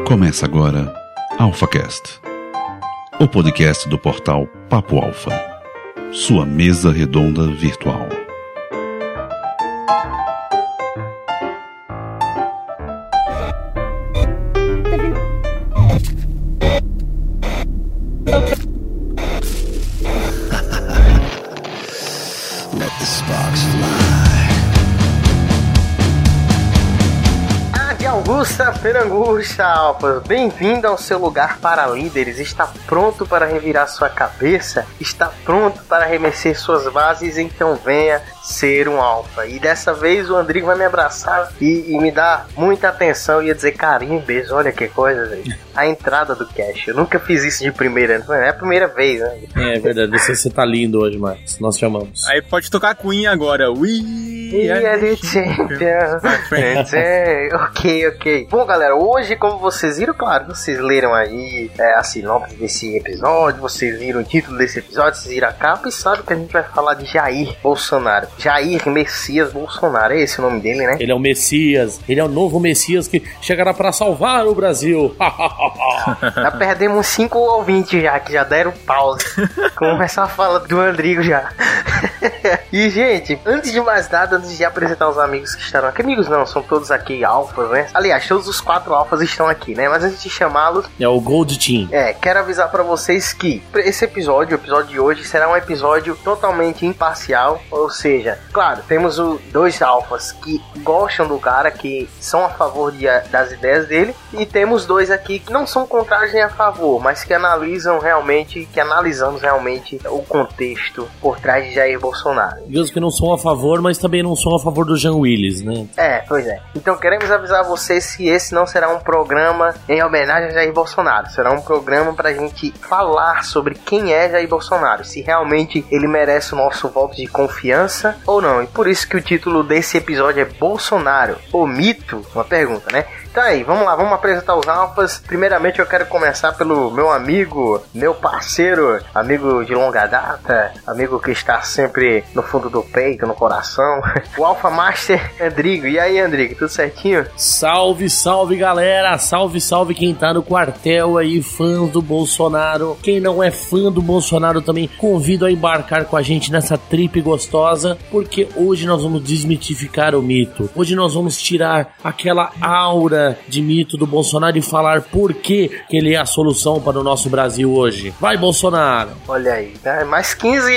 Começa agora AlphaCast, o podcast do portal Papo Alpha, sua mesa redonda virtual. Let the sparks fly. Augusta Perangusta, Alfa, bem-vindo ao seu lugar para líderes. Está pronto para revirar sua cabeça? Está pronto para arremescer suas bases? Então venha ser um Alfa. E dessa vez o Andrigo vai me abraçar e me dar muita atenção e ia dizer carinho, beijo, olha que coisa, velho. A entrada do Cash, eu nunca fiz isso de primeira, é a primeira vez, né? É verdade, você tá lindo hoje, Marcos, nós te amamos. Aí pode tocar a Queen agora, We are the champions. Ok. Bom, galera, hoje, como vocês viram, claro, vocês leram aí a sinopse desse episódio, vocês viram o título desse episódio, vocês viram a capa e sabem que a gente vai falar de Jair Bolsonaro. Jair Messias Bolsonaro, é esse o nome dele, né? Ele é o Messias, ele é o novo Messias que chegará pra salvar o Brasil. Já perdemos 5 ouvintes já, que já deram pausa. Começar a falar do Andrigo já. E, gente, antes de mais nada, antes de apresentar os amigos que estarão aqui, amigos não, são todos aqui alfas, né? Aliás, todos os 4 alfas estão aqui, né? Mas antes de chamá-los... É o Gold Team. Quero avisar pra vocês que esse episódio, o episódio de hoje, será um episódio totalmente imparcial, ou seja, claro, temos 2 alfas que gostam do cara, que são a favor das ideias dele, e temos 2 aqui que não são contrários nem a favor, mas que analisamos realmente o contexto por trás de Jair Bolsonaro. Diz que não são a favor, mas também não são a favor do Jean Willis, né? Pois é. Então queremos avisar vocês que esse não será um programa em homenagem a Jair Bolsonaro. Será um programa pra gente falar sobre quem é Jair Bolsonaro, se realmente ele merece o nosso voto de confiança ou não. E por isso que o título desse episódio é Bolsonaro, o mito? Uma pergunta, né? Então aí, vamos lá, vamos apresentar os alfas. Primeiramente eu quero começar pelo meu amigo, meu parceiro, amigo de longa data, amigo que está sempre no fundo do peito, no coração, o Alpha Master Andrigo. E aí, Andrigo, tudo certinho? Salve, salve, galera! Salve, salve quem tá no quartel aí, fãs do Bolsonaro. Quem não é fã do Bolsonaro também, convido a embarcar com a gente nessa trip gostosa, porque hoje nós vamos desmitificar o mito. Hoje nós vamos tirar aquela aura de mito do Bolsonaro e falar por que ele é a solução para o nosso Brasil hoje. Vai, Bolsonaro! Olha aí, mais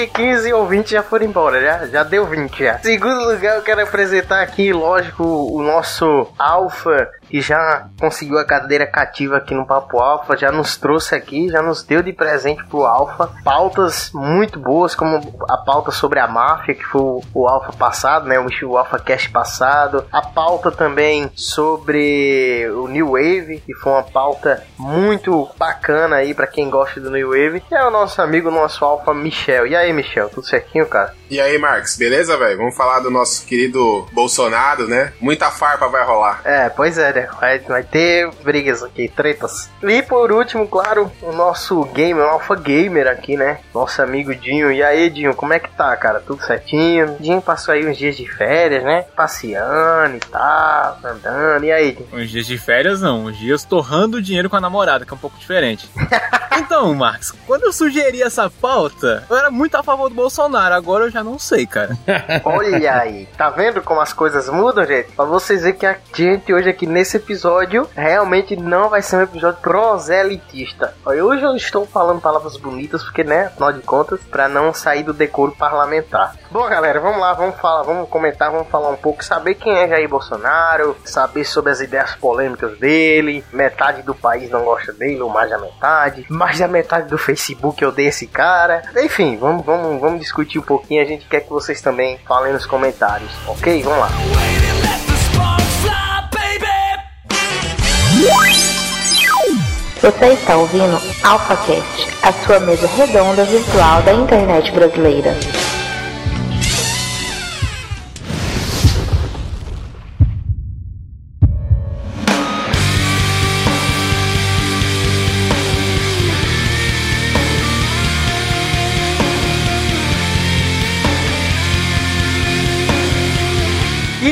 15 ouvintes já foram embora, já deu 20 já. Em segundo lugar, eu quero apresentar aqui, lógico, o nosso Alpha, que já conseguiu a cadeira cativa aqui no Papo Alpha, já nos trouxe aqui, já nos deu de presente pro Alpha pautas muito boas, como a pauta sobre a máfia, que foi o Alpha passado, né, o Alpha Cast passado, a pauta também sobre o New Wave, que foi uma pauta muito bacana aí pra quem gosta do New Wave, e é o nosso amigo, nosso Alpha Michel. E aí, Michel, tudo certinho, cara? E aí, Marcos, beleza, velho? Vamos falar do nosso querido Bolsonaro, né? Muita farpa vai rolar. Pois é, né? Vai ter brigas aqui, tretas. E por último, claro, o nosso gamer, o Alpha Gamer aqui, né? Nosso amigo Dinho. E aí, Dinho, como é que tá, cara? Tudo certinho? Dinho passou aí uns dias de férias, né? Passeando e tal, andando. E aí, Dinho? Uns dias de férias não, uns dias torrando dinheiro com a namorada, que é um pouco diferente. Então, Marcos, quando eu sugeri essa pauta, eu era muito a favor do Bolsonaro, agora eu já não sei, cara. Olha aí, tá vendo como as coisas mudam, gente? Pra vocês verem que a gente hoje aqui nesse episódio realmente não vai ser um episódio proselitista. Hoje eu estou falando palavras bonitas porque, né, afinal de contas, pra não sair do decoro parlamentar. Bom, galera, vamos lá, vamos comentar, vamos falar um pouco, saber quem é Jair Bolsonaro, saber sobre as ideias polêmicas dele. Metade do país não gosta dele, ou mais da metade. Mais da metade do Facebook odeia esse cara. Enfim, vamos discutir um pouquinho. A gente quer que vocês também falem nos comentários, ok? Vamos lá. Você está ouvindo AlphaCast, a sua mesa redonda virtual da internet brasileira.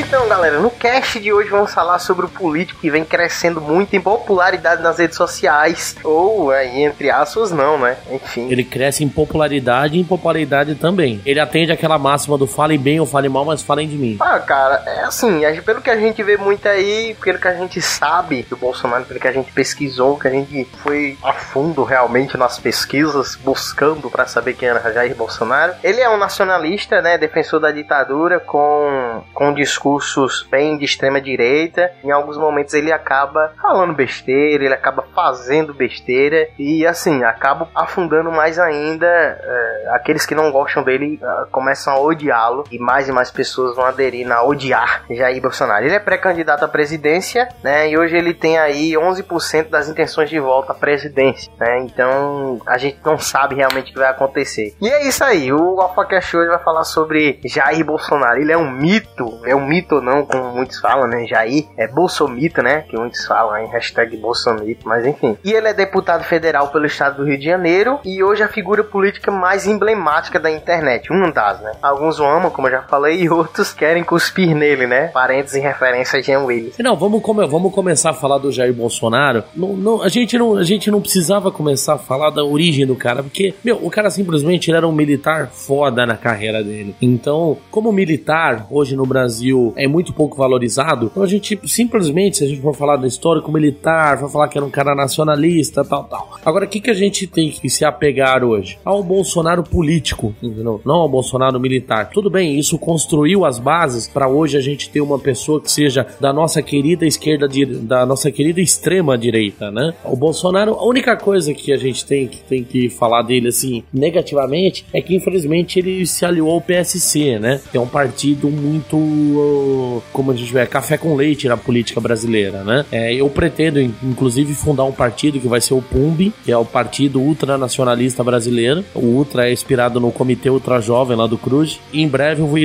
Então, galera, no cast de hoje vamos falar sobre o político que vem crescendo muito em popularidade nas redes sociais, ou aí, entre aspas, não, né? Enfim. Ele cresce em popularidade e em popularidade também. Ele atende aquela máxima do falem bem ou falem mal, mas falem de mim. Ah, cara, é assim, pelo que a gente vê muito aí, pelo que a gente sabe do Bolsonaro, pelo que a gente pesquisou, que a gente foi a fundo realmente nas pesquisas, buscando pra saber quem era Jair Bolsonaro. Ele é um nacionalista, né, defensor da ditadura, com discursos bem de extrema direita. Em alguns momentos ele acaba falando besteira, ele acaba fazendo besteira e assim, acaba afundando mais ainda. Aqueles que não gostam dele começam a odiá-lo e mais pessoas vão aderir a odiar Jair Bolsonaro. Ele é pré-candidato à presidência, né, e hoje ele tem aí 11% das intenções de volta à presidência, né, então a gente não sabe realmente o que vai acontecer. E é isso aí, o AlphaCast hoje vai falar sobre Jair Bolsonaro. Ele é um mito ou não, como muitos falam, né, Jair é bolsomito, né, que muitos falam em hashtag bolsomito, mas enfim. E ele é deputado federal pelo estado do Rio de Janeiro e hoje a figura política mais emblemática da internet, uma das, né. Alguns o amam, como eu já falei, e outros querem cuspir nele, né, parênteses em referência a Jean Willis. Não, vamos começar a falar do Jair Bolsonaro. A gente não precisava começar a falar da origem do cara, porque, o cara simplesmente ele era um militar foda na carreira dele. Então, como militar, hoje no Brasil, é muito pouco valorizado, então a gente simplesmente, se a gente for falar do histórico militar, for falar que era um cara nacionalista, tal. Agora, o que a gente tem que se apegar hoje? Ao Bolsonaro político, entendeu? Não ao Bolsonaro militar. Tudo bem, isso construiu as bases para hoje a gente ter uma pessoa que seja da nossa querida esquerda, da nossa querida extrema direita, né? O Bolsonaro, a única coisa que a gente tem que falar dele, assim, negativamente, é que infelizmente ele se aliou ao PSC, né? Que é um partido muito, como a gente vê, café com leite na política brasileira, né? Eu pretendo, inclusive, fundar um partido que vai ser o PUMB, que é o Partido Ultranacionalista Brasileiro. O Ultra é inspirado no Comitê Ultra Jovem lá do Cruz. E em breve eu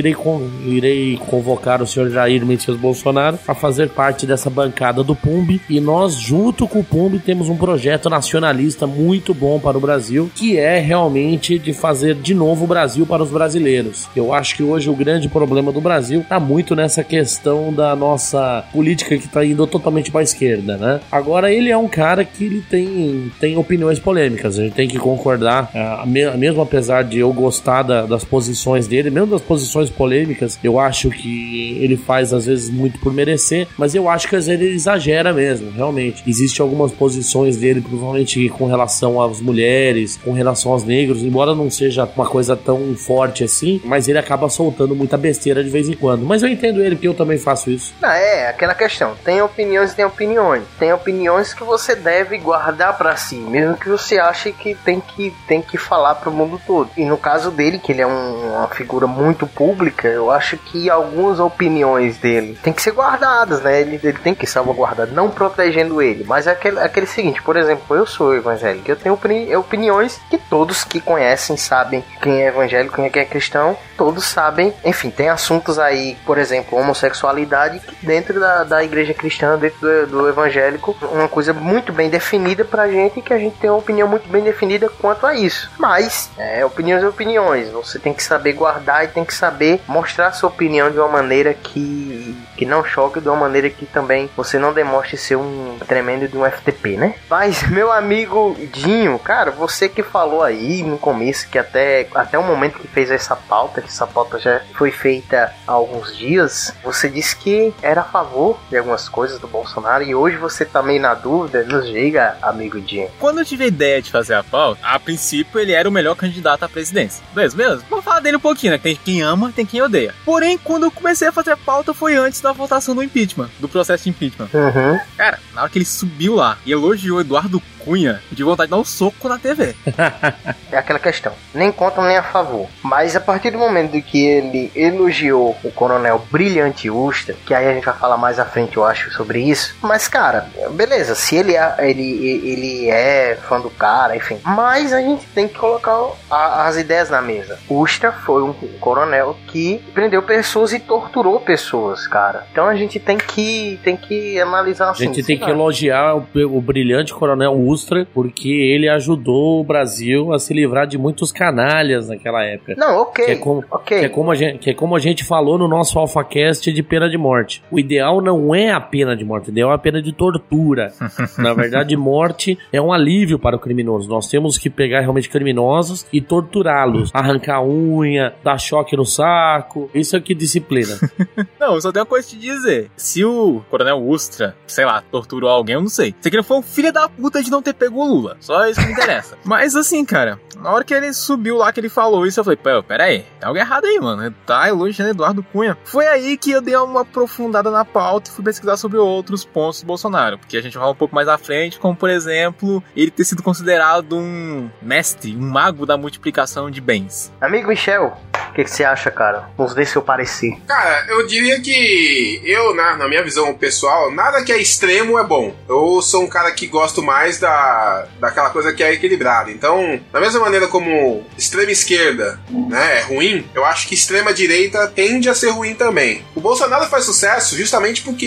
irei convocar o senhor Jair Messias Bolsonaro a fazer parte dessa bancada do PUMB, e nós, junto com o PUMB, temos um projeto nacionalista muito bom para o Brasil, que é realmente de fazer de novo o Brasil para os brasileiros. Eu acho que hoje o grande problema do Brasil está muito nessa questão da nossa política que está indo totalmente para a esquerda, né? Agora, ele é um cara que ele tem opiniões polêmicas, a gente tem que concordar, mesmo apesar de eu gostar das posições dele, mesmo das posições polêmicas, eu acho que ele faz às vezes muito por merecer, mas eu acho que às vezes ele exagera mesmo, realmente. Existem algumas posições dele, provavelmente com relação às mulheres, com relação aos negros, embora não seja uma coisa tão forte assim, mas ele acaba soltando muita besteira de vez em quando. Mas eu entendo ele, porque eu também faço isso. É aquela questão, tem opiniões e tem opiniões. Tem opiniões que você deve guardar pra si, mesmo que você ache que tem que falar pro mundo todo. E no caso dele, que ele é uma figura muito pública, eu acho que algumas opiniões dele tem que ser guardadas, né? Ele tem que ser salvaguardado, não protegendo ele, mas é aquele seguinte, por exemplo, eu sou evangélico, eu tenho opiniões que todos que conhecem sabem quem é evangélico, quem é cristão, todos sabem, enfim, tem assuntos aí, por exemplo, homossexualidade, que dentro da igreja cristã, dentro do evangélico, uma coisa muito bem definida pra gente, que a gente tem uma opinião muito bem definida quanto a isso, mas, opiniões e opiniões, você tem que saber guardar e tem que saber mostrar sua opinião de uma maneira que não choque, de uma maneira que também você não demonstre ser um tremendo de um FTP, né? Mas, meu amigo Dinho, cara, você que falou aí no começo que até o momento que fez essa pauta, que essa pauta já foi feita há alguns dias, você disse que era a favor de algumas coisas do Bolsonaro e hoje você tá meio na dúvida. Nos diga, amigo Dinho. Quando eu tive a ideia de fazer a pauta, a princípio ele era o melhor candidato à presidência. Beleza? Vou falar dele um pouquinho, né? Tem quem ama, tem quem odeia. Porém, quando eu comecei a fazer a pauta foi antes da votação do impeachment, do processo de impeachment. Cara, na hora que ele subiu lá e elogiou Eduardo Cunha, de vontade de dar um soco na TV. É aquela questão, nem contra nem a favor, mas a partir do momento que ele elogiou o coronel Brilhante Ustra, que aí a gente vai falar mais à frente, eu acho, sobre isso, mas cara, beleza, se ele é fã do cara, enfim, mas a gente tem que colocar as ideias na mesa. Ustra foi um coronel que prendeu pessoas e torturou pessoas, cara, então a gente tem que analisar assim. A gente tem que elogiar o brilhante coronel Ustra Ustra, porque ele ajudou o Brasil a se livrar de muitos canalhas naquela época. Não, ok. Que é como a gente falou no nosso AlphaCast de pena de morte. O ideal não é a pena de morte, o ideal é a pena de tortura. Na verdade, morte é um alívio para o criminoso. Nós temos que pegar realmente criminosos e torturá-los. Arrancar unha, dar choque no saco. Isso é que disciplina. Não, eu só tenho uma coisa a te dizer. Se o Coronel Ustra, sei lá, torturou alguém, eu não sei. Isso aqui não foi um filho da puta de não ter pego o Lula. Só isso que me interessa. Mas assim, cara, na hora que ele subiu lá, que ele falou isso, eu falei, pera aí, tem algo errado aí, mano. Ele tá elogiando Eduardo Cunha. Foi aí que eu dei uma aprofundada na pauta e fui pesquisar sobre outros pontos do Bolsonaro. Porque a gente vai falar um pouco mais à frente, como por exemplo, ele ter sido considerado um mestre, um mago da multiplicação de bens. Amigo Michel, o que você acha, cara? Vamos ver se eu pareci. Cara, eu diria que na minha visão pessoal, nada que é extremo é bom. Eu sou um cara que gosto mais daquela coisa que é equilibrada. Então, da mesma maneira como extrema esquerda, né, é ruim, eu acho que extrema direita tende a ser ruim também. O Bolsonaro faz sucesso justamente porque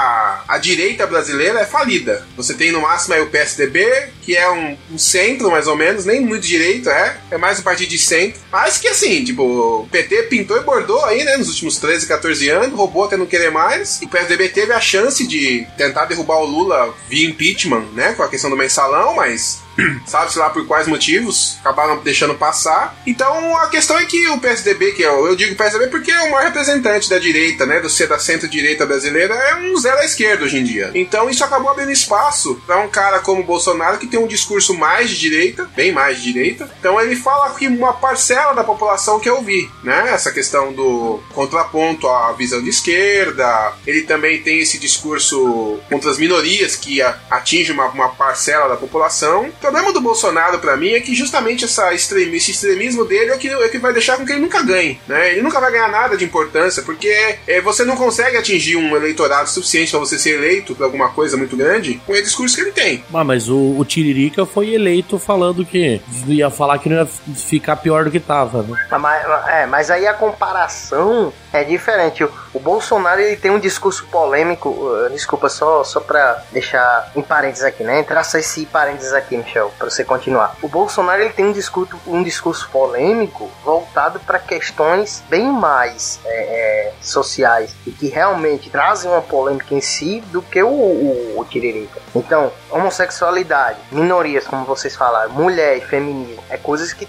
a direita brasileira é falida. Você tem no máximo aí o PSDB, que é um centro mais ou menos, nem muito direito, é mais um partido de centro. Mas que assim, tipo, o PT pintou e bordou aí, né, nos últimos 13, 14 anos, roubou até não querer mais. O PSDB teve a chance de tentar derrubar o Lula via impeachment, né, com a questão do mensalão, mas sabe-se lá por quais motivos, acabaram deixando passar. Então a questão é que o PSDB, que eu digo PSDB porque é o maior representante da direita, né, da centro-direita brasileira, é um zero à esquerda hoje em dia. Então isso acabou abrindo espaço para um cara como o Bolsonaro, que tem um discurso mais de direita, bem mais de direita. Então ele fala que uma parcela da população quer ouvir, né, essa questão do contraponto à visão de esquerda. Ele também tem esse discurso contra as minorias que atinge uma parcela da população. O problema do Bolsonaro, pra mim, é que justamente esse extremismo dele é o que vai deixar com que ele nunca ganhe, né? Ele nunca vai ganhar nada de importância, porque você não consegue atingir um eleitorado suficiente pra você ser eleito por alguma coisa muito grande com o discurso que ele tem. Mas o Tiririca foi eleito falando que ia falar que não ia ficar pior do que tava, né? Mas aí a comparação é diferente. O Bolsonaro, ele tem um discurso polêmico, desculpa, só pra deixar em parênteses aqui, né? Traça esse parênteses aqui, Michel, pra você continuar. O Bolsonaro, ele tem um discurso polêmico voltado para questões bem mais sociais e que realmente trazem uma polêmica em si do que o Tiririca. Então, homossexualidade, minorias, como vocês falaram, mulher e feminismo, é coisas que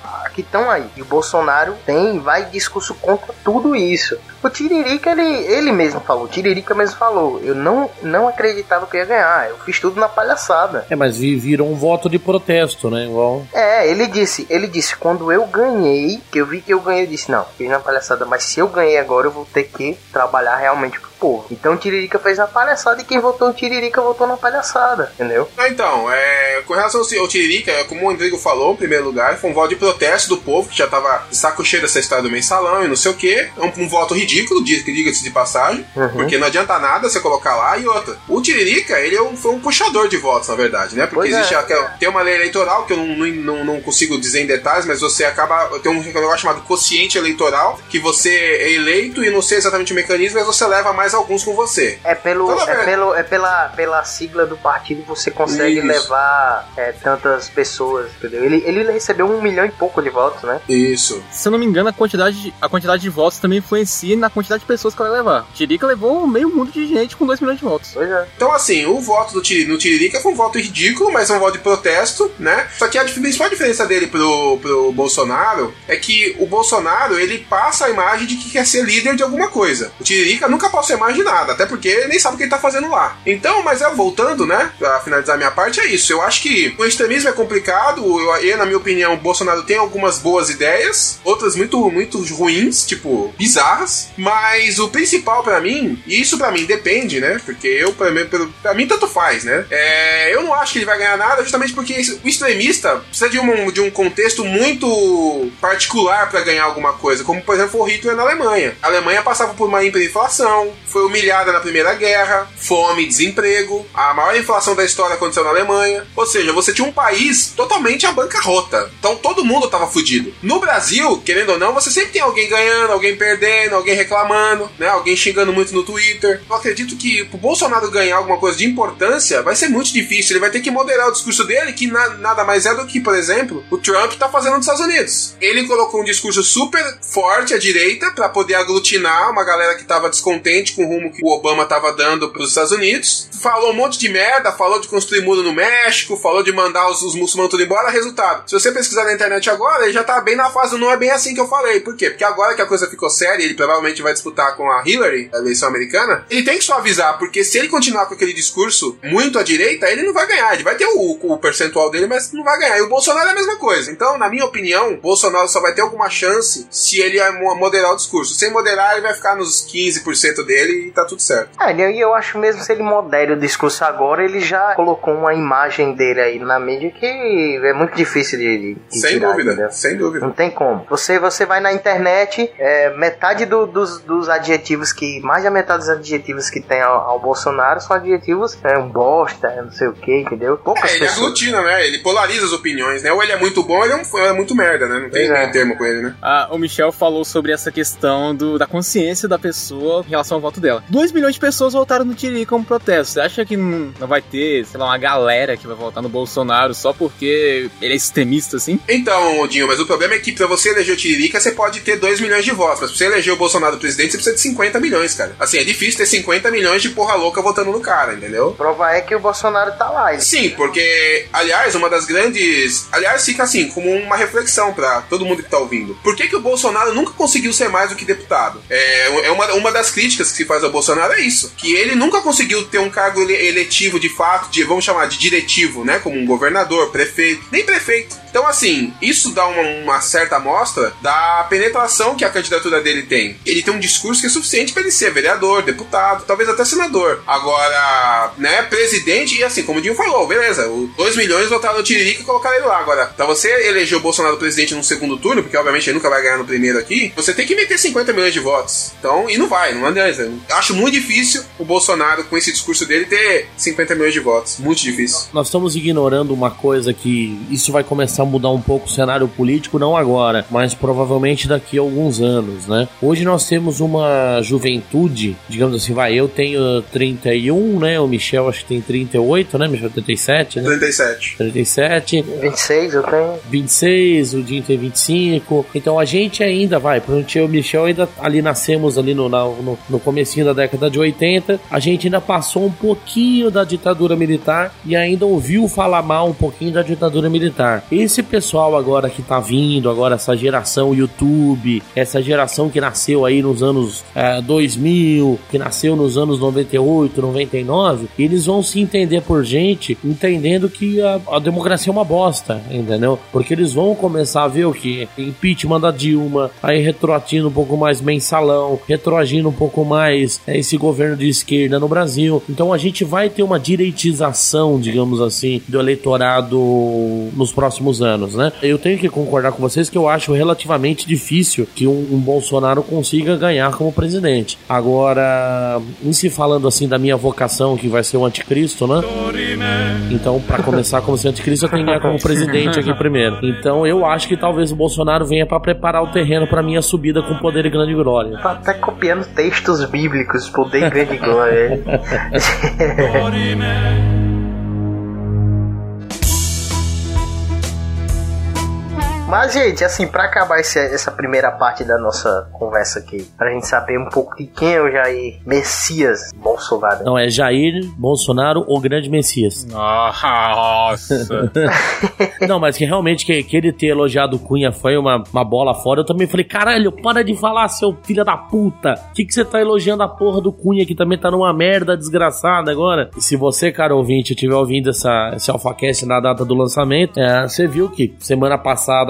estão aí. E o Bolsonaro vai discurso contra tudo isso. O Tiririca, ele mesmo falou, o Tiririca mesmo falou, eu não acreditava que eu ia ganhar, eu fiz tudo na palhaçada. Mas virou um voto de protesto, né? Igual... ele disse, quando eu ganhei, que eu vi que eu ganhei, eu disse, não, fiz na palhaçada, mas se eu ganhei agora, eu vou ter que trabalhar realmente pro povo. Então o Tiririca fez na palhaçada e quem votou no Tiririca votou na palhaçada, entendeu? Então, com relação ao Tiririca, como o Rodrigo falou, em primeiro lugar, foi um voto de protesto do povo, que já tava de saco cheio dessa história do mensalão e não sei o que. Um voto ridículo, diga-se de passagem, porque não adianta nada você colocar lá. E outra, o Tiririca, ele foi um puxador de votos, na verdade, né? Porque tem uma lei eleitoral que eu não consigo dizer em detalhes, mas você acaba, tem um negócio chamado quociente eleitoral, que você é eleito e não sei exatamente o mecanismo, mas você leva mais alguns com você. Pela sigla do partido você consegue levar tantas pessoas, entendeu? Ele recebeu 1 milhão e pouco de votos, né? Isso. Se eu não me engano, a quantidade de votos também influencia na quantidade de pessoas que vai levar. O Tiririca levou meio mundo de gente com 2 milhões de votos. Pois é. Então, assim, o voto no Tiririca foi um voto ridículo, mas é um voto de protesto, né? Só que a principal diferença dele pro Bolsonaro é que o Bolsonaro, ele passa a imagem de que quer ser líder de alguma coisa. O Tiririca nunca passou a imagem de nada, até porque ele nem sabe o que ele tá fazendo lá. Então, mas voltando, né, pra finalizar a minha parte, é isso. Eu acho que o extremismo é complicado, na minha opinião, o Bolsonaro tem algumas boas ideias, outras muito, muito ruins, tipo, bizarras, mas o principal pra mim, e isso pra mim depende, né, porque pra mim tanto faz, né, eu não acho que ele vai ganhar nada, justamente porque o extremista precisa de um contexto muito particular pra ganhar alguma coisa, como por exemplo o Hitler na Alemanha. A Alemanha passava por uma hiperinflação, foi humilhada na Primeira Guerra, fome, desemprego, a maior inflação da história aconteceu na Alemanha. Ou seja, você tinha um país totalmente à bancarrota. Então todo mundo tava fudido. No Brasil, querendo ou não, você sempre tem alguém ganhando, alguém perdendo, alguém reclamando, né? Alguém xingando muito no Twitter. Eu acredito que pro Bolsonaro ganhar alguma coisa de importância vai ser muito difícil. Ele vai ter que moderar o discurso dele, que nada mais é do que, por exemplo, o Trump tá fazendo nos Estados Unidos. Ele colocou um discurso super forte à direita pra poder aglutinar uma galera que tava descontente com o rumo que o Obama tava dando pros Estados Unidos. Falou um monte de merda, falou de construir muro no México, falou de mandar os muçulmanos tudo embora. Resultado, se você pesquisar na internet agora, ele já tá bem na fase do não é bem assim que eu falei. Por quê? Porque agora que a coisa ficou séria, ele provavelmente vai disputar com a Hillary, a eleição americana, ele tem que suavizar, porque se ele continuar com aquele discurso muito à direita, ele não vai ganhar. Ele vai ter o percentual dele, mas não vai ganhar. E o Bolsonaro é a mesma coisa. Então, na minha opinião, o Bolsonaro só vai ter alguma chance se ele moderar o discurso. Sem moderar, ele vai ficar nos 15% dele e tá tudo certo. E eu acho mesmo, se ele modera o discurso agora, ele já colocou uma imagem dele aí na mídia que é muito difícil de sem tirar, dúvida, entendeu? Sem dúvida. Não tem como. Você vai na internet, metade dos adjetivos que... Mais da metade dos adjetivos que tem ao Bolsonaro são adjetivos um bosta, não sei o que, entendeu? Poucas ele pessoas. aglutina, né? Ele polariza as opiniões, né? Ou ele é muito bom, ou ele é muito merda, né? Não tem meio termo com ele, né? O Michel falou sobre essa questão da consciência da pessoa em relação ao voto dela. 2 milhões de pessoas votaram no Tiririca como protesto. Você acha que não vai ter, sei lá, uma galera que vai votar no Bolsonaro só porque ele é extremista, assim? Então, Dinho, mas o problema é que pra você eleger o Tiririca, você pode ter 2 milhões de votos. Mas pra você eleger o Bolsonaro presidente, você precisa de 50 milhões, cara. Assim, é difícil ter 50 milhões de porra louca votando no cara, entendeu? Prova é que o Bolsonaro tá lá. Sim, porque, aliás, uma das grandes... Aliás, fica assim, como uma reflexão pra todo mundo que tá ouvindo. Por que o Bolsonaro nunca conseguiu ser mais do que deputado? Uma das críticas que se faz ao Bolsonaro é isso. Que ele nunca conseguiu ter um cargo eletivo de fato, vamos chamar de diretivo, né? Como um governador, prefeito, nem prefeito. Então, assim, isso dá uma certa amostra da penetração que a candidatura dele tem. Ele tem um discurso que é suficiente para ele ser vereador, deputado, talvez até senador. Agora, né, presidente, e assim, como o Dinho falou, beleza, 2 milhões votaram no Tiririca e colocaram ele lá. Agora, pra você eleger o Bolsonaro presidente no segundo turno, porque obviamente ele nunca vai ganhar no primeiro aqui, você tem que meter 50 milhões de votos. Então, e não adianta. Acho muito difícil o Bolsonaro, com esse discurso dele, ter 50 milhões de votos. Muito difícil. Nós estamos ignorando uma coisa que isso vai começar a mudar um pouco o cenário político, não agora, mas provavelmente daqui a alguns anos, né? Hoje nós temos uma juventude, digamos assim, eu tenho 31, né? O Michel acho que tem 38, né? Michel 37, né? 37. 26 eu tenho. 26, o Dinho tem 25. Então a gente ainda eu e o Michel ainda ali nascemos ali no comecinho da década de 80, a gente ainda passou um pouquinho da ditadura militar e ainda ouviu falar mal um pouquinho da ditadura militar. Esse pessoal agora que tá vindo, agora essa geração YouTube, essa geração que nasceu aí nos anos 2000, que nasceu nos anos 98, 99, eles vão se entender por gente, entendendo que a democracia é uma bosta, entendeu? Porque eles vão começar a ver o que? Impeachment da Dilma, aí retroagindo um pouco mais mensalão, retroagindo um pouco mais esse governo de esquerda no Brasil. Então a gente vai ter uma direitização, digamos assim, do eleitorado nos próximos anos, né? Eu tenho que concordar com vocês que eu acho relativamente difícil que um Bolsonaro consiga ganhar como presidente. Agora, em se falando assim da minha vocação, que vai ser o anticristo, né? Então, pra começar como ser anticristo, eu tenho que ganhar como presidente aqui primeiro. Então, eu acho que talvez o Bolsonaro venha pra preparar o terreno pra minha subida com poder e grande glória. Tá até copiando textos bíblicos, poder e grande glória. Mas, gente, assim, pra acabar essa primeira parte da nossa conversa aqui, pra gente saber um pouco de quem é o Jair Messias Bolsonaro. Não, é Jair Bolsonaro, o grande Messias. Nossa! Não, mas que realmente que ele ter elogiado o Cunha foi uma bola fora. Eu também falei, caralho, para de falar, seu filho da puta. Que você tá elogiando a porra do Cunha, que também tá numa merda desgraçada agora? E se você, cara ouvinte, estiver ouvindo esse AlphaCast na data do lançamento, você viu que semana passada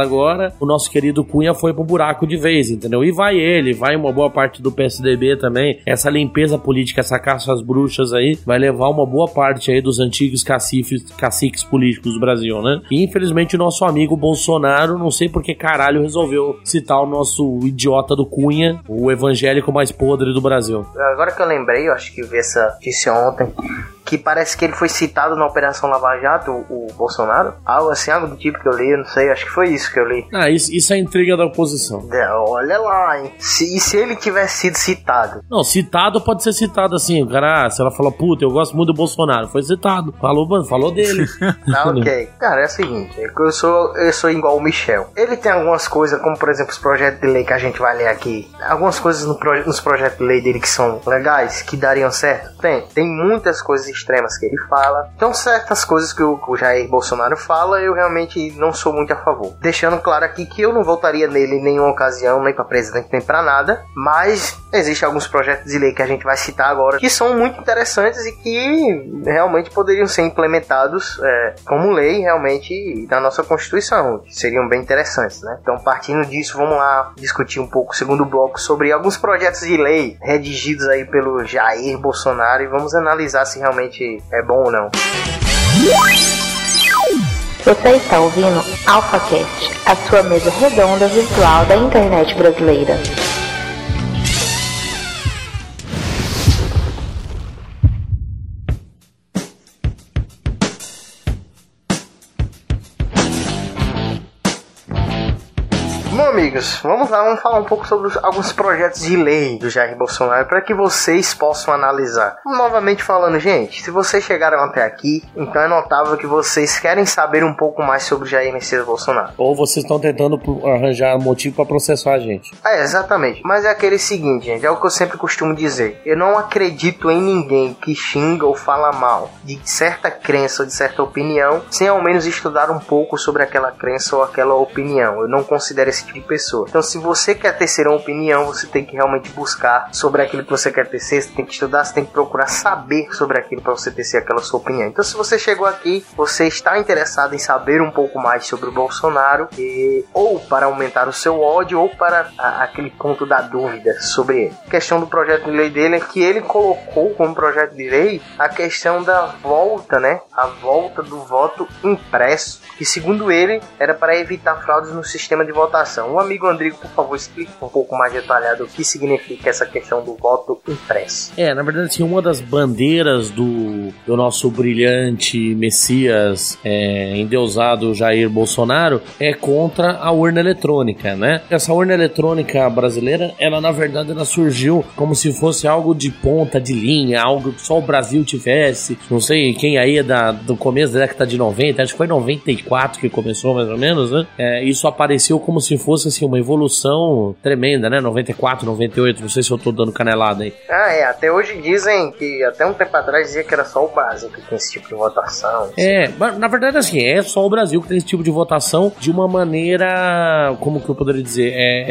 agora, o nosso querido Cunha foi pro buraco de vez, entendeu? E vai ele, vai uma boa parte do PSDB também. Essa limpeza política, essa caça às bruxas aí, vai levar uma boa parte aí dos antigos caciques políticos do Brasil, né? E infelizmente o nosso amigo Bolsonaro, não sei por que caralho resolveu citar o nosso idiota do Cunha, o evangélico mais podre do Brasil. Agora que eu lembrei, eu acho que vi essa notícia ontem, que parece que ele foi citado na Operação Lava Jato, o Bolsonaro. Algo assim, algo do tipo que eu li, eu não sei, acho que foi isso que eu li. Ah, isso é intriga da oposição. Olha lá, hein. E se ele tivesse sido citado? Não, citado pode ser citado assim, o cara, se ela fala, puta, eu gosto muito do Bolsonaro, foi citado, falou dele. Tá, ok. Cara, é o seguinte, eu sou igual o Michel. Ele tem algumas coisas, como por exemplo os projetos de lei que a gente vai ler aqui, algumas coisas nos projetos de lei dele que são legais, que dariam certo. Tem muitas coisas extremas que ele fala. Então certas coisas que o Jair Bolsonaro fala, eu realmente não sou muito a favor. Deixando claro aqui que eu não votaria nele em nenhuma ocasião, nem pra presidente, nem pra nada. Mas existem alguns projetos de lei que a gente vai citar agora, que são muito interessantes e que realmente poderiam ser implementados como lei realmente na nossa Constituição, que seriam bem interessantes, né? Então, partindo disso, vamos lá discutir um pouco o segundo bloco sobre alguns projetos de lei redigidos aí pelo Jair Bolsonaro e vamos analisar se realmente é bom ou não. Você está ouvindo AlphaCast, a sua mesa redonda virtual da internet brasileira. Bom, amigos, vamos lá, vamos falar um pouco sobre alguns projetos de lei do Jair Bolsonaro para que vocês possam analisar. Novamente falando, gente, se vocês chegaram até aqui, então é notável que vocês querem saber um pouco mais sobre o Jair Messias Bolsonaro. Ou vocês estão tentando arranjar motivo para processar a gente. Exatamente. Mas é aquele seguinte, gente, é o que eu sempre costumo dizer. Eu não acredito em ninguém que xinga ou fala mal de certa crença ou de certa opinião, sem ao menos estudar um pouco sobre aquela crença ou aquela opinião. Eu não considero esse tipo de pessoa. Então, se você quer ter uma opinião, você tem que realmente buscar sobre aquilo que você quer ter, você tem que estudar, você tem que procurar saber sobre aquilo para você ter aquela sua opinião. Então, se você chegou aqui, você está interessado em saber um pouco mais sobre o Bolsonaro, ou para aumentar o seu ódio, ou para aquele ponto da dúvida sobre ele. A questão do projeto de lei dele é que ele colocou como projeto de lei a questão da volta, né? A volta do voto impresso, que segundo ele era para evitar fraudes no sistema de votação. O amigo Andrigo, por favor, explique um pouco mais detalhado o que significa essa questão do voto impresso. Na verdade, assim, uma das bandeiras do nosso brilhante Messias endeusado Jair Bolsonaro é contra a urna eletrônica, né? Essa urna eletrônica brasileira, ela na verdade ela surgiu como se fosse algo de ponta de linha, algo que só o Brasil tivesse. Não sei quem aí é do começo da década de 90, acho que foi 94 que começou mais ou menos, né? Isso apareceu como se fosse assim, uma evolução tremenda, né? 94, 98, não sei se eu tô dando canelada aí. Até hoje dizem que até um tempo atrás dizia que era só o Brasil que tem esse tipo de votação. Mas na verdade assim, é só o Brasil que tem esse tipo de votação de uma maneira, como que eu poderia dizer,